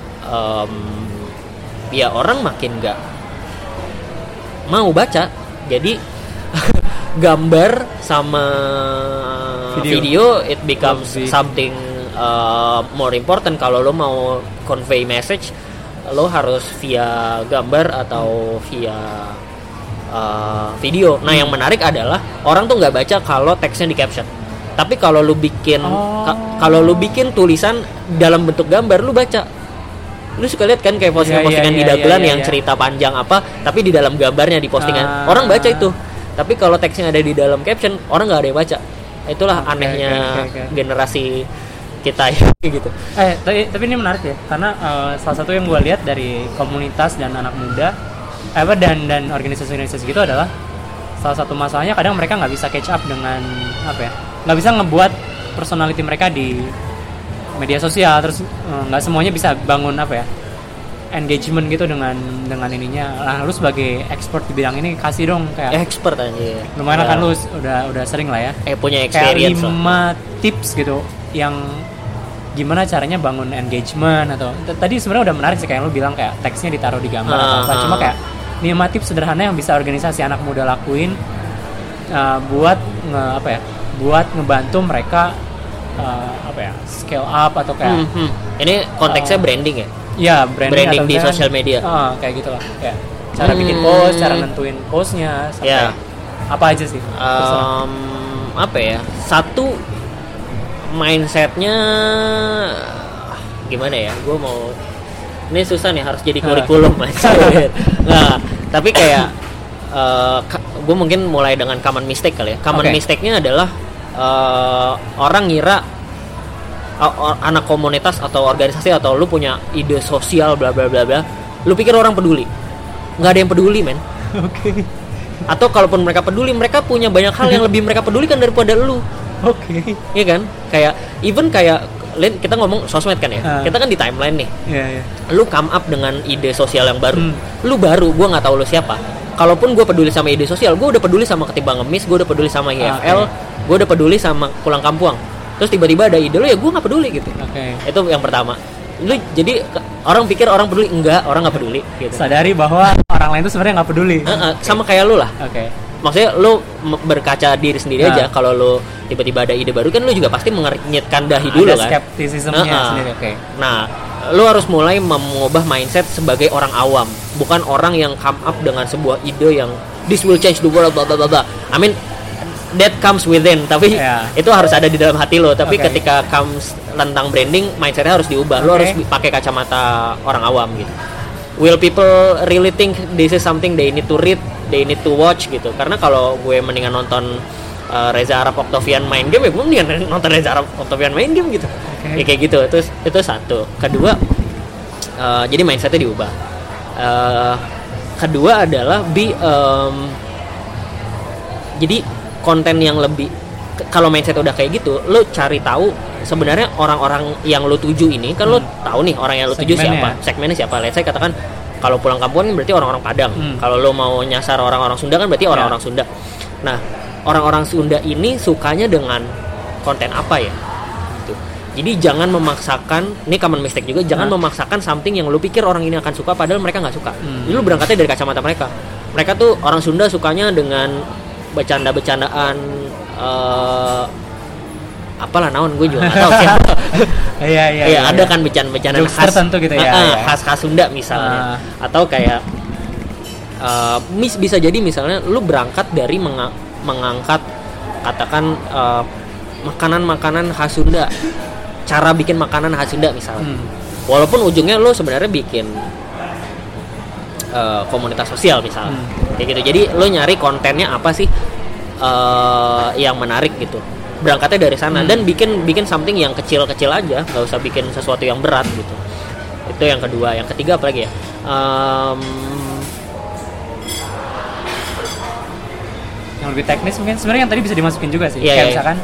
ya orang makin nggak mau baca. Jadi gambar sama video it becomes something more important. Kalau lo mau convey message, lo harus via gambar atau via video. Nah, yang menarik adalah orang tuh nggak baca kalau teksnya di caption. Tapi kalau lu bikin tulisan dalam bentuk gambar, lu baca. Lu suka lihat kan kayak postingan-postingan di dagelan yang cerita panjang apa, tapi di dalam gambarnya di postingan orang baca itu. Tapi kalau teksnya ada di dalam caption, orang nggak ada yang baca. Itulah anehnya generasi kita gitu. Tapi ini menarik ya, karena salah satu yang gue lihat dari komunitas dan anak muda dan organisasi-organisasi gitu adalah salah satu masalahnya kadang mereka nggak bisa catch up dengan nggak bisa ngebuat personality mereka di media sosial, terus nggak semuanya bisa bangun engagement gitu dengan ininya. Nah, lu sebagai expert di bidang ini kasih dong kayak expert aja. Lumayan kan lu udah sering lah ya. Punya experience. Kayak 5 tips gitu yang gimana caranya bangun engagement, atau tadi sebenarnya udah menarik sih kayak lu bilang kayak teksnya ditaruh di gambar atau apa. Cuma kayak 5 tips sederhana yang bisa organisasi anak muda lakuin buat ngebantu mereka scale up atau kayak ini konteksnya branding ya? Iya, branding di sosial media. Kayak gitu lah. Kayak cara bikin post, cara nentuin postnya, sampai apa aja sih? Satu, mindsetnya gimana ya? Gue mau, ini susah nih, harus jadi kurikulum aja. Nah, tapi kayak gue mungkin mulai dengan common mistake kali ya. Common mistake-nya adalah orang ngira anak komunitas atau organisasi atau lu punya ide sosial bla bla bla bla, lu pikir orang peduli. Nggak ada yang peduli, men. Oke. Atau kalaupun mereka peduli, mereka punya banyak hal yang lebih mereka pedulikan daripada lu. Oke. Iya kan? Kayak even kayak kita ngomong sosmed kan ya. Kita kan di timeline nih. Iya. Lu come up dengan ide sosial yang baru. Lu baru, gue nggak tahu lu siapa. Kalaupun gue peduli sama ide sosial, gue udah peduli sama ketimbang ngemis, gue udah peduli sama IFL, gue udah peduli sama pulang kampung. Terus tiba-tiba ada ide lu, ya gue nggak peduli gitu. Itu yang pertama. Lu jadi orang pikir orang peduli, enggak, orang nggak peduli gitu. Sadari bahwa orang lain tuh sebenarnya nggak peduli. Sama kayak lu lah. Maksudnya lu berkaca diri sendiri aja. Kalau lu tiba-tiba ada ide baru kan lu juga pasti mengernyitkan dahi dulu kan. Ada skeptisismnya sendiri. Nah, lu harus mulai mengubah mindset sebagai orang awam, bukan orang yang come up dengan sebuah ide yang this will change the world bla bla bla. I mean that comes within, tapi itu harus ada di dalam hati lo. Tapi ketika comes tentang branding, mindsetnya harus diubah. Lo harus pakai kacamata orang awam gitu. Will people really think this is something they need to read, they need to watch gitu? Karena kalau gue mendingan nonton Reza Arab Octavian main game, ya gue mendingan nonton Reza Arab Octavian main game gitu. Ya kayak gitu. Itu satu. Kedua, jadi mindsetnya diubah. Kedua adalah jadi konten yang lebih, kalau mindset udah kayak gitu, lo cari tahu sebenarnya orang-orang yang lo tuju ini kan lo tahu nih orang yang lo tuju siapa, segmennya siapa. Let's say katakan kalau pulang kampung kan berarti orang-orang Padang. Kalau lo mau nyasar orang-orang Sunda kan berarti orang-orang Sunda. Nah, orang-orang Sunda ini sukanya dengan konten apa ya? Gitu. Jadi jangan memaksakan, ini common mistake juga, jangan memaksakan something yang lo pikir orang ini akan suka padahal mereka nggak suka. Jadi lo berangkatnya dari kacamata mereka. Mereka tuh orang Sunda sukanya dengan bercanda-bercandaan apalah naon, gue juga nggak tahu siapa. Iya, ada kan bercandaan khas tertentu gitu ya. Khas Sunda misalnya. Atau kayak bisa jadi misalnya lu berangkat dari mengangkat katakan makanan-makanan khas Sunda, cara bikin makanan khas Sunda misalnya. Walaupun ujungnya lu sebenarnya bikin komunitas sosial misalnya. Kayak gitu. Jadi lu nyari kontennya apa sih yang menarik gitu. Berangkatnya dari sana dan bikin something yang kecil-kecil aja, nggak usah bikin sesuatu yang berat gitu. Itu yang kedua. Yang ketiga apa lagi ya? Yang lebih teknis mungkin sebenarnya yang tadi bisa dimasukin juga sih. Kayak misalkan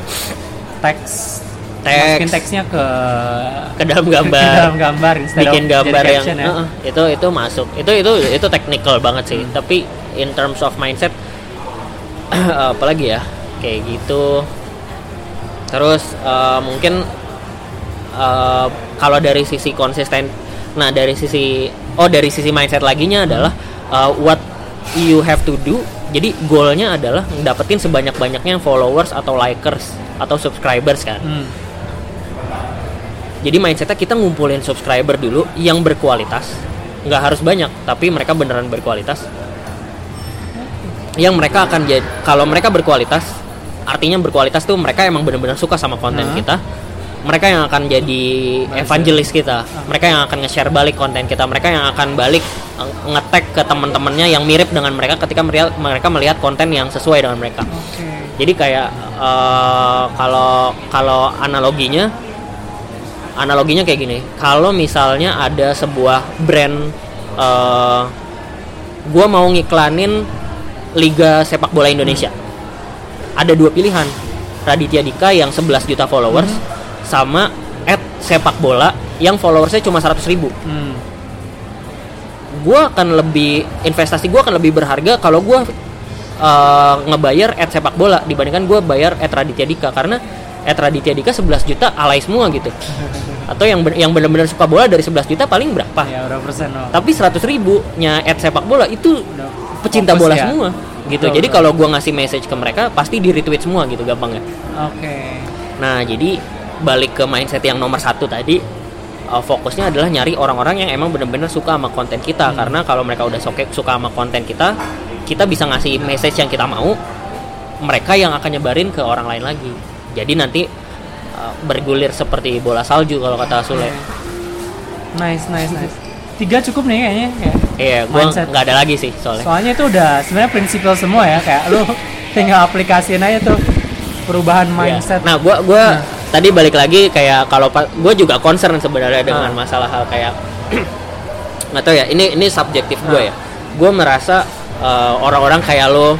masukin teksnya ke dalam gambar bikin gambar yang itu masuk. Itu technical banget sih. Tapi in terms of mindset apalagi ya kayak gitu. Terus mungkin kalau dari sisi konsisten, nah dari sisi mindset laginya adalah what you have to do. Jadi goalnya adalah dapetin sebanyak-banyaknya followers atau likers atau subscribers kan. Jadi mindsetnya kita ngumpulin subscriber dulu yang berkualitas, nggak harus banyak tapi mereka beneran berkualitas. Yang mereka akan jadi, kalau mereka berkualitas, artinya berkualitas tuh mereka emang benar-benar suka sama konten kita. Mereka yang akan jadi evangelis kita. Mereka yang akan nge-share balik konten kita. Mereka yang akan balik nge-tag ke teman-temannya yang mirip dengan mereka ketika mereka melihat konten yang sesuai dengan mereka. Jadi kayak kalau analoginya kayak gini. Kalau misalnya ada sebuah brand, gue mau ngiklanin Liga Sepak Bola Indonesia. Ada dua pilihan, Raditya Dika yang 11 juta followers sama @sepak bola yang followersnya cuma 100.000. Investasi gue akan lebih berharga kalau gue ngebayar @sepak bola dibandingkan gue bayar @Raditya Dika, karena Raditya Dika 11 juta alay semua gitu. Atau yang benar-benar suka bola dari 11 juta paling berapa? Ya, berapa persen? Tapi 100.000-nya @sepak bola itu pecinta bola semua gitu. Jadi kalau gue ngasih message ke mereka pasti di retweet semua gitu gampangnya. Nah, jadi balik ke mindset yang nomor 1 tadi, fokusnya adalah nyari orang-orang yang emang benar-benar suka sama konten kita. Karena kalau mereka udah suka sama konten kita bisa ngasih message yang kita mau, mereka yang akan nyebarin ke orang lain lagi. Jadi nanti bergulir seperti bola salju kalau kata Sule. Nice. 3 cukup nih kayaknya. Iya, gue nggak ada lagi sih soalnya. Soalnya itu udah sebenarnya prinsipal semua ya, kayak lu tinggal aplikasiin aja tuh perubahan mindset. Nah, gue tadi balik lagi kayak kalau gue juga concern sebenarnya dengan masalah hal kayak nggak tahu ya, ini subjektif gue ya. Gue merasa orang-orang kayak lo,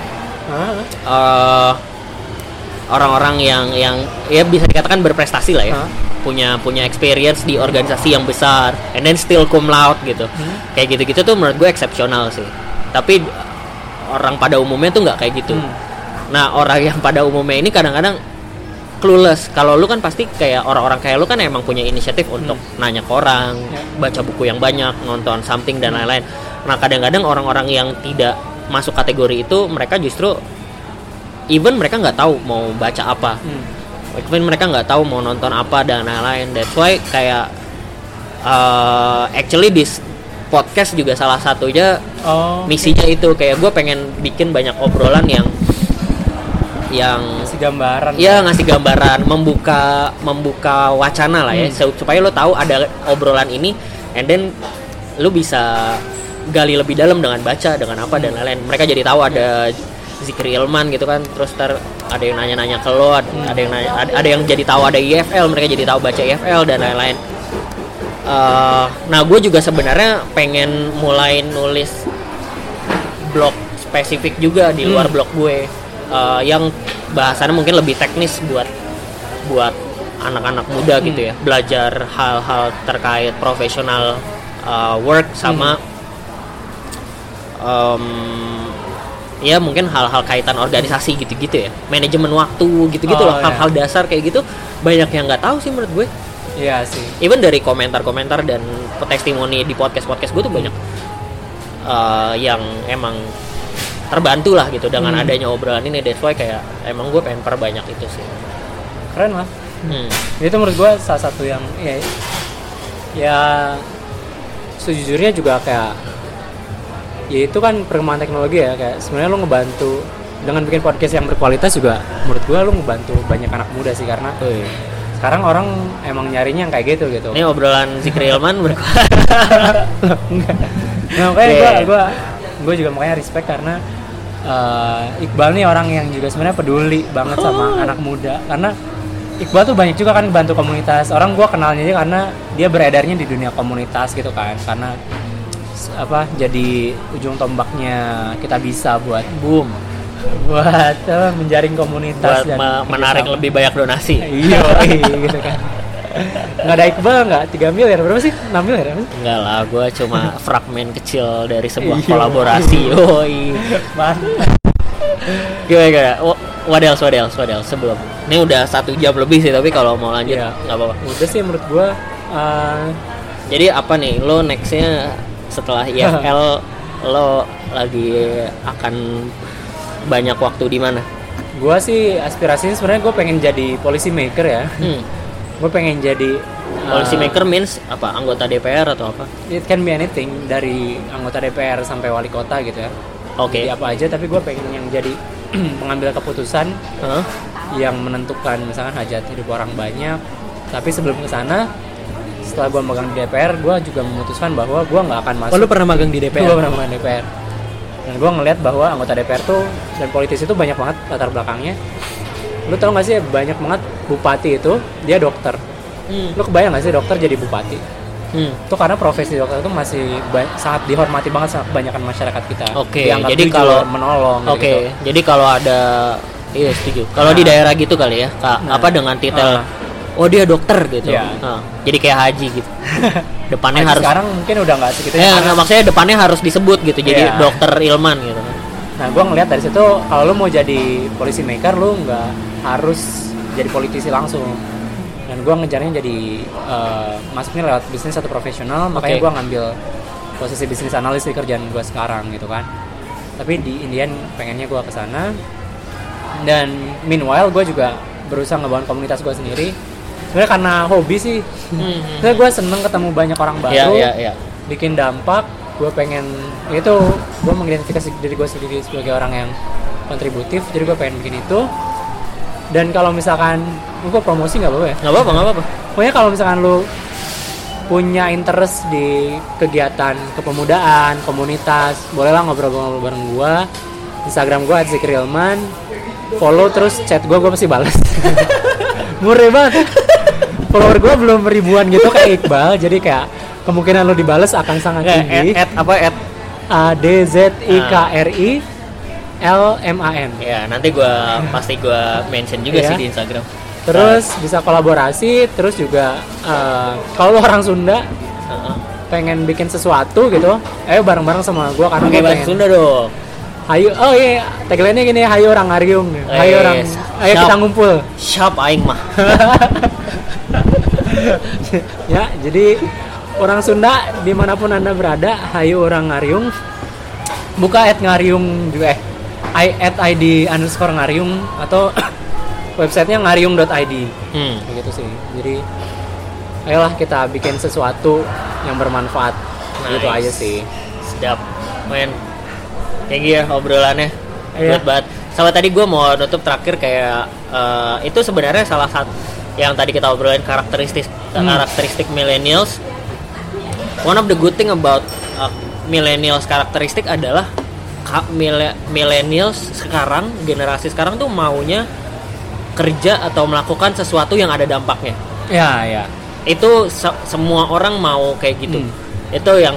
orang-orang yang ya bisa dikatakan berprestasi lah ya. punya experience di organisasi yang besar and then still cum laude gitu. Kayak gitu-gitu tuh menurut gue eksepsional sih. Tapi orang pada umumnya tuh nggak kayak gitu. Nah, orang yang pada umumnya ini kadang-kadang clueless. Kalau lu kan pasti kayak orang-orang kayak lu kan emang punya inisiatif untuk nanya ke orang, baca buku yang banyak, nonton something dan lain-lain. Nah, kadang-kadang orang-orang yang tidak masuk kategori itu, mereka justru even mereka nggak tahu mau baca apa. Even mereka nggak tahu mau nonton apa dan lain-lain. That's why kayak actually this podcast juga salah satunya misinya itu kayak gue pengen bikin banyak obrolan yang ngasih gambaran. Ya, ngasih gambaran, membuka wacana lah ya, supaya lo tahu ada obrolan ini and then lo bisa gali lebih dalam dengan baca, dengan apa dan lain-lain. Mereka jadi tahu ada Zikri Ilman gitu kan, terus ada yang nanya-nanya ke lo, ada yang jadi tahu ada IFL, mereka jadi tahu baca IFL dan lain-lain. Nah, gue juga sebenarnya pengen mulai nulis blog spesifik juga di luar blog gue, yang bahasannya mungkin lebih teknis buat anak-anak muda gitu ya, belajar hal-hal terkait profesional work sama ya mungkin hal-hal kaitan organisasi gitu-gitu ya, manajemen waktu gitu-gitu loh, hal-hal dasar kayak gitu banyak yang nggak tahu sih menurut gue. Iya sih. Even dari komentar-komentar dan testimoni di podcast gue tuh banyak yang emang terbantu lah gitu dengan adanya obrolan ini. That's why kayak emang gue pengen perbanyak itu sih. Keren lah. Itu menurut gue salah satu yang ya sejujurnya juga kayak ya itu kan perkembangan teknologi ya, kayak sebenarnya lo ngebantu dengan bikin podcast yang berkualitas juga. Menurut gue lo ngebantu banyak anak muda sih, karena sekarang orang emang nyarinya yang kayak gitu. Ini obrolan Zikri Ilman Nah, makanya gue juga makanya respect karena Iqbal nih orang yang juga sebenarnya peduli banget sama anak muda, karena Iqbal tuh banyak juga kan bantu komunitas. Orang gue kenalnya aja karena dia beredarnya di dunia komunitas gitu kan, karena jadi ujung tombaknya Kita Bisa buat menjaring komunitas buat dan menarik lebih banyak donasi. Iya gitu kan. Nggak ada Iqbal nggak 3 miliar, berapa sih? 6 miliar ya? Enggak lah, gue cuma fragmen kecil dari sebuah kolaborasi. Gimana? What else sebelum ini udah 1 jam lebih sih, tapi kalau mau lanjut nggak apa-apa. Udah sih menurut gue. Jadi apa nih lo nextnya setelah IFL? Lo lagi akan banyak waktu di mana? Gue sih aspirasinya sebenarnya gue pengen jadi policy maker ya. Gue pengen jadi policy maker means apa? Anggota DPR atau apa? It can be anything, dari anggota DPR sampai wali kota gitu ya. Oke. Jadi apa aja, tapi gue pengen yang jadi pengambil keputusan yang menentukan misalkan hajat hidup orang banyak. Tapi sebelum ke sana, setelah gue magang di DPR, gue juga memutuskan bahwa gue nggak akan masuk. Lu pernah magang di DPR? Gue pernah magang di DPR. Dan gue ngeliat bahwa anggota DPR tuh dan politisi itu banyak banget latar belakangnya. Lu tau gak sih, banyak banget bupati itu dia dokter. Lu kebayang gak sih dokter jadi bupati? Itu karena profesi dokter itu masih sangat dihormati banget sama kebanyakan masyarakat kita. Jadi kalau menolong gitu. Jadi kalau ada setuju. Kalau di daerah gitu kali ya, dengan titel dia dokter gitu. Jadi kayak haji gitu. Depannya harus, sekarang mungkin udah nggak segitunya. Maksudnya depannya harus disebut gitu. Jadi dokter Ilman gitu. Nah, gue ngeliat dari situ, kalau lu mau jadi policy maker, lu nggak harus jadi politisi langsung. Dan gue ngejarnya jadi masuknya lewat bisnis atau profesional. Makanya gue ngambil posisi bisnis analis di kerjaan gue sekarang gitu kan. Tapi di Indian pengennya gue kesana. Dan meanwhile gue juga berusaha ngebangun komunitas gue sendiri. Sebenarnya karena hobi sih. Sebenarnya gue seneng ketemu banyak orang baru, bikin dampak. Gue pengen itu, gue mengidentifikasi diri gue sendiri sebagai orang yang kontributif. Jadi gue pengen bikin itu. Dan kalau misalkan gue promosi nggak apa-apa ya? Nggak apa-apa. Pokoknya kalau misalkan lu punya interest di kegiatan kepemudaan, komunitas, bolehlah ngobrol-ngobrol bareng gue. Instagram gue @zikrilman, follow terus chat gue pasti balas. Murah banget. Follower gue belum ribuan gitu kayak Iqbal, jadi kayak kemungkinan lo dibales akan sangat tinggi. ADZIKRILMAN. Ya, nanti pasti gue mention juga sih di Instagram. Terus bisa kolaborasi, terus juga kalau lo orang Sunda pengen bikin sesuatu gitu, ayo bareng-bareng sama gue karena gue pengen Sunda dong. Ayo, oh iya, tagline-nya gini, hayo orang Ngariung. Hayo orang, ayo kita ngumpul. Shop aing mah. Ya, jadi orang Sunda dimanapun anda berada, hayo orang Ngariung. Buka @ngariung juga @id_ngariung atau websitenya ngariung.id. Begitu sih. Jadi ayolah kita bikin sesuatu yang bermanfaat. Gitu aja sih. Sedap, men. Kayak gitu ya obrolannya. Good banget. Sama tadi gue mau nutup terakhir kayak itu sebenarnya salah satu yang tadi kita obrolin karakteristik millennials. One of the good thing about millennials karakteristik adalah millennials sekarang, generasi sekarang tuh maunya kerja atau melakukan sesuatu yang ada dampaknya. Ya. Itu semua orang mau kayak gitu. Itu yang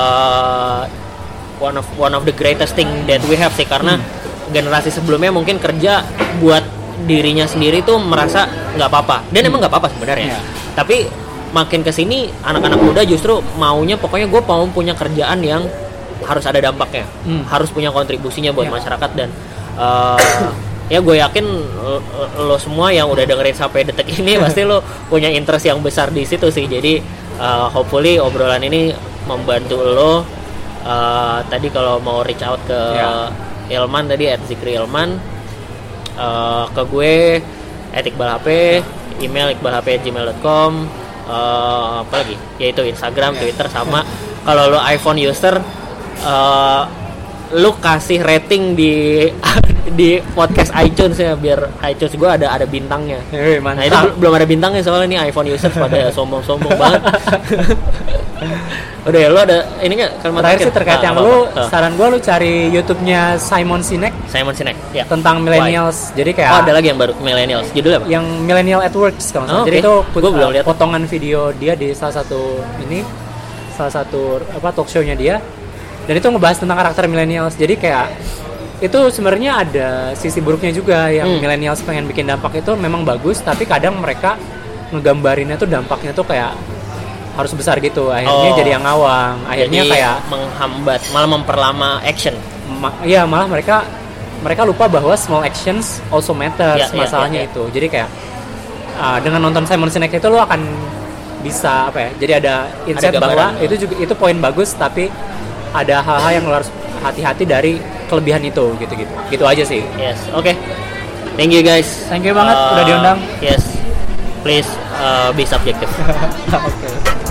one of the greatest thing that we have sih, karena generasi sebelumnya mungkin kerja buat dirinya sendiri tuh merasa nggak apa-apa, dan emang nggak apa-apa sebenarnya. Tapi makin kesini anak-anak muda justru maunya pokoknya gue mau punya kerjaan yang harus ada dampaknya, harus punya kontribusinya buat masyarakat. Dan ya gue yakin lo semua yang udah dengerin sampai detik ini pasti lo punya interest yang besar di situ sih. Jadi hopefully obrolan ini membantu lo. Tadi kalau mau reach out ke Ilman tadi @zikrilman, ke gue @iqbalhp, email iqbalhp@gmail.com, apa lagi? Yaitu Instagram, Twitter, sama kalau lo iPhone user, lu kasih rating di podcast iTunes ya, biar iTunes gue ada bintangnya. Nah itu belum ada bintangnya soalnya nih iPhone users pada sombong banget. Udah ya, lu ada ini nggak kalimat terakhir sih terkait yang lu saran gue lu cari YouTube-nya Simon Sinek ya, tentang millennials. Jadi kayak ada lagi yang baru millennials, judulnya apa? Yang Millennial at Works kalau nggak salah. Jadi itu potongan video dia di salah satu talk show-nya dia, dan itu ngebahas tentang karakter millennials. Jadi kayak itu sebenarnya ada sisi buruknya juga, yang millennials pengen bikin dampak itu memang bagus, tapi kadang mereka ngegambarinnya tuh dampaknya tuh kayak harus besar gitu, akhirnya jadi yang ngawang, akhirnya jadi kayak menghambat, malah memperlama action. Iya, malah mereka lupa bahwa small actions also matters, masalahnya itu. Jadi kayak dengan nonton Simon Sinek itu lo akan bisa jadi ada insight bahwa itu poin bagus, tapi ada hal-hal yang lo harus hati-hati dari kelebihan itu, gitu aja sih. Yes, oke. Thank you guys. Thank you banget udah diundang. Yes, please be subjective. Okay.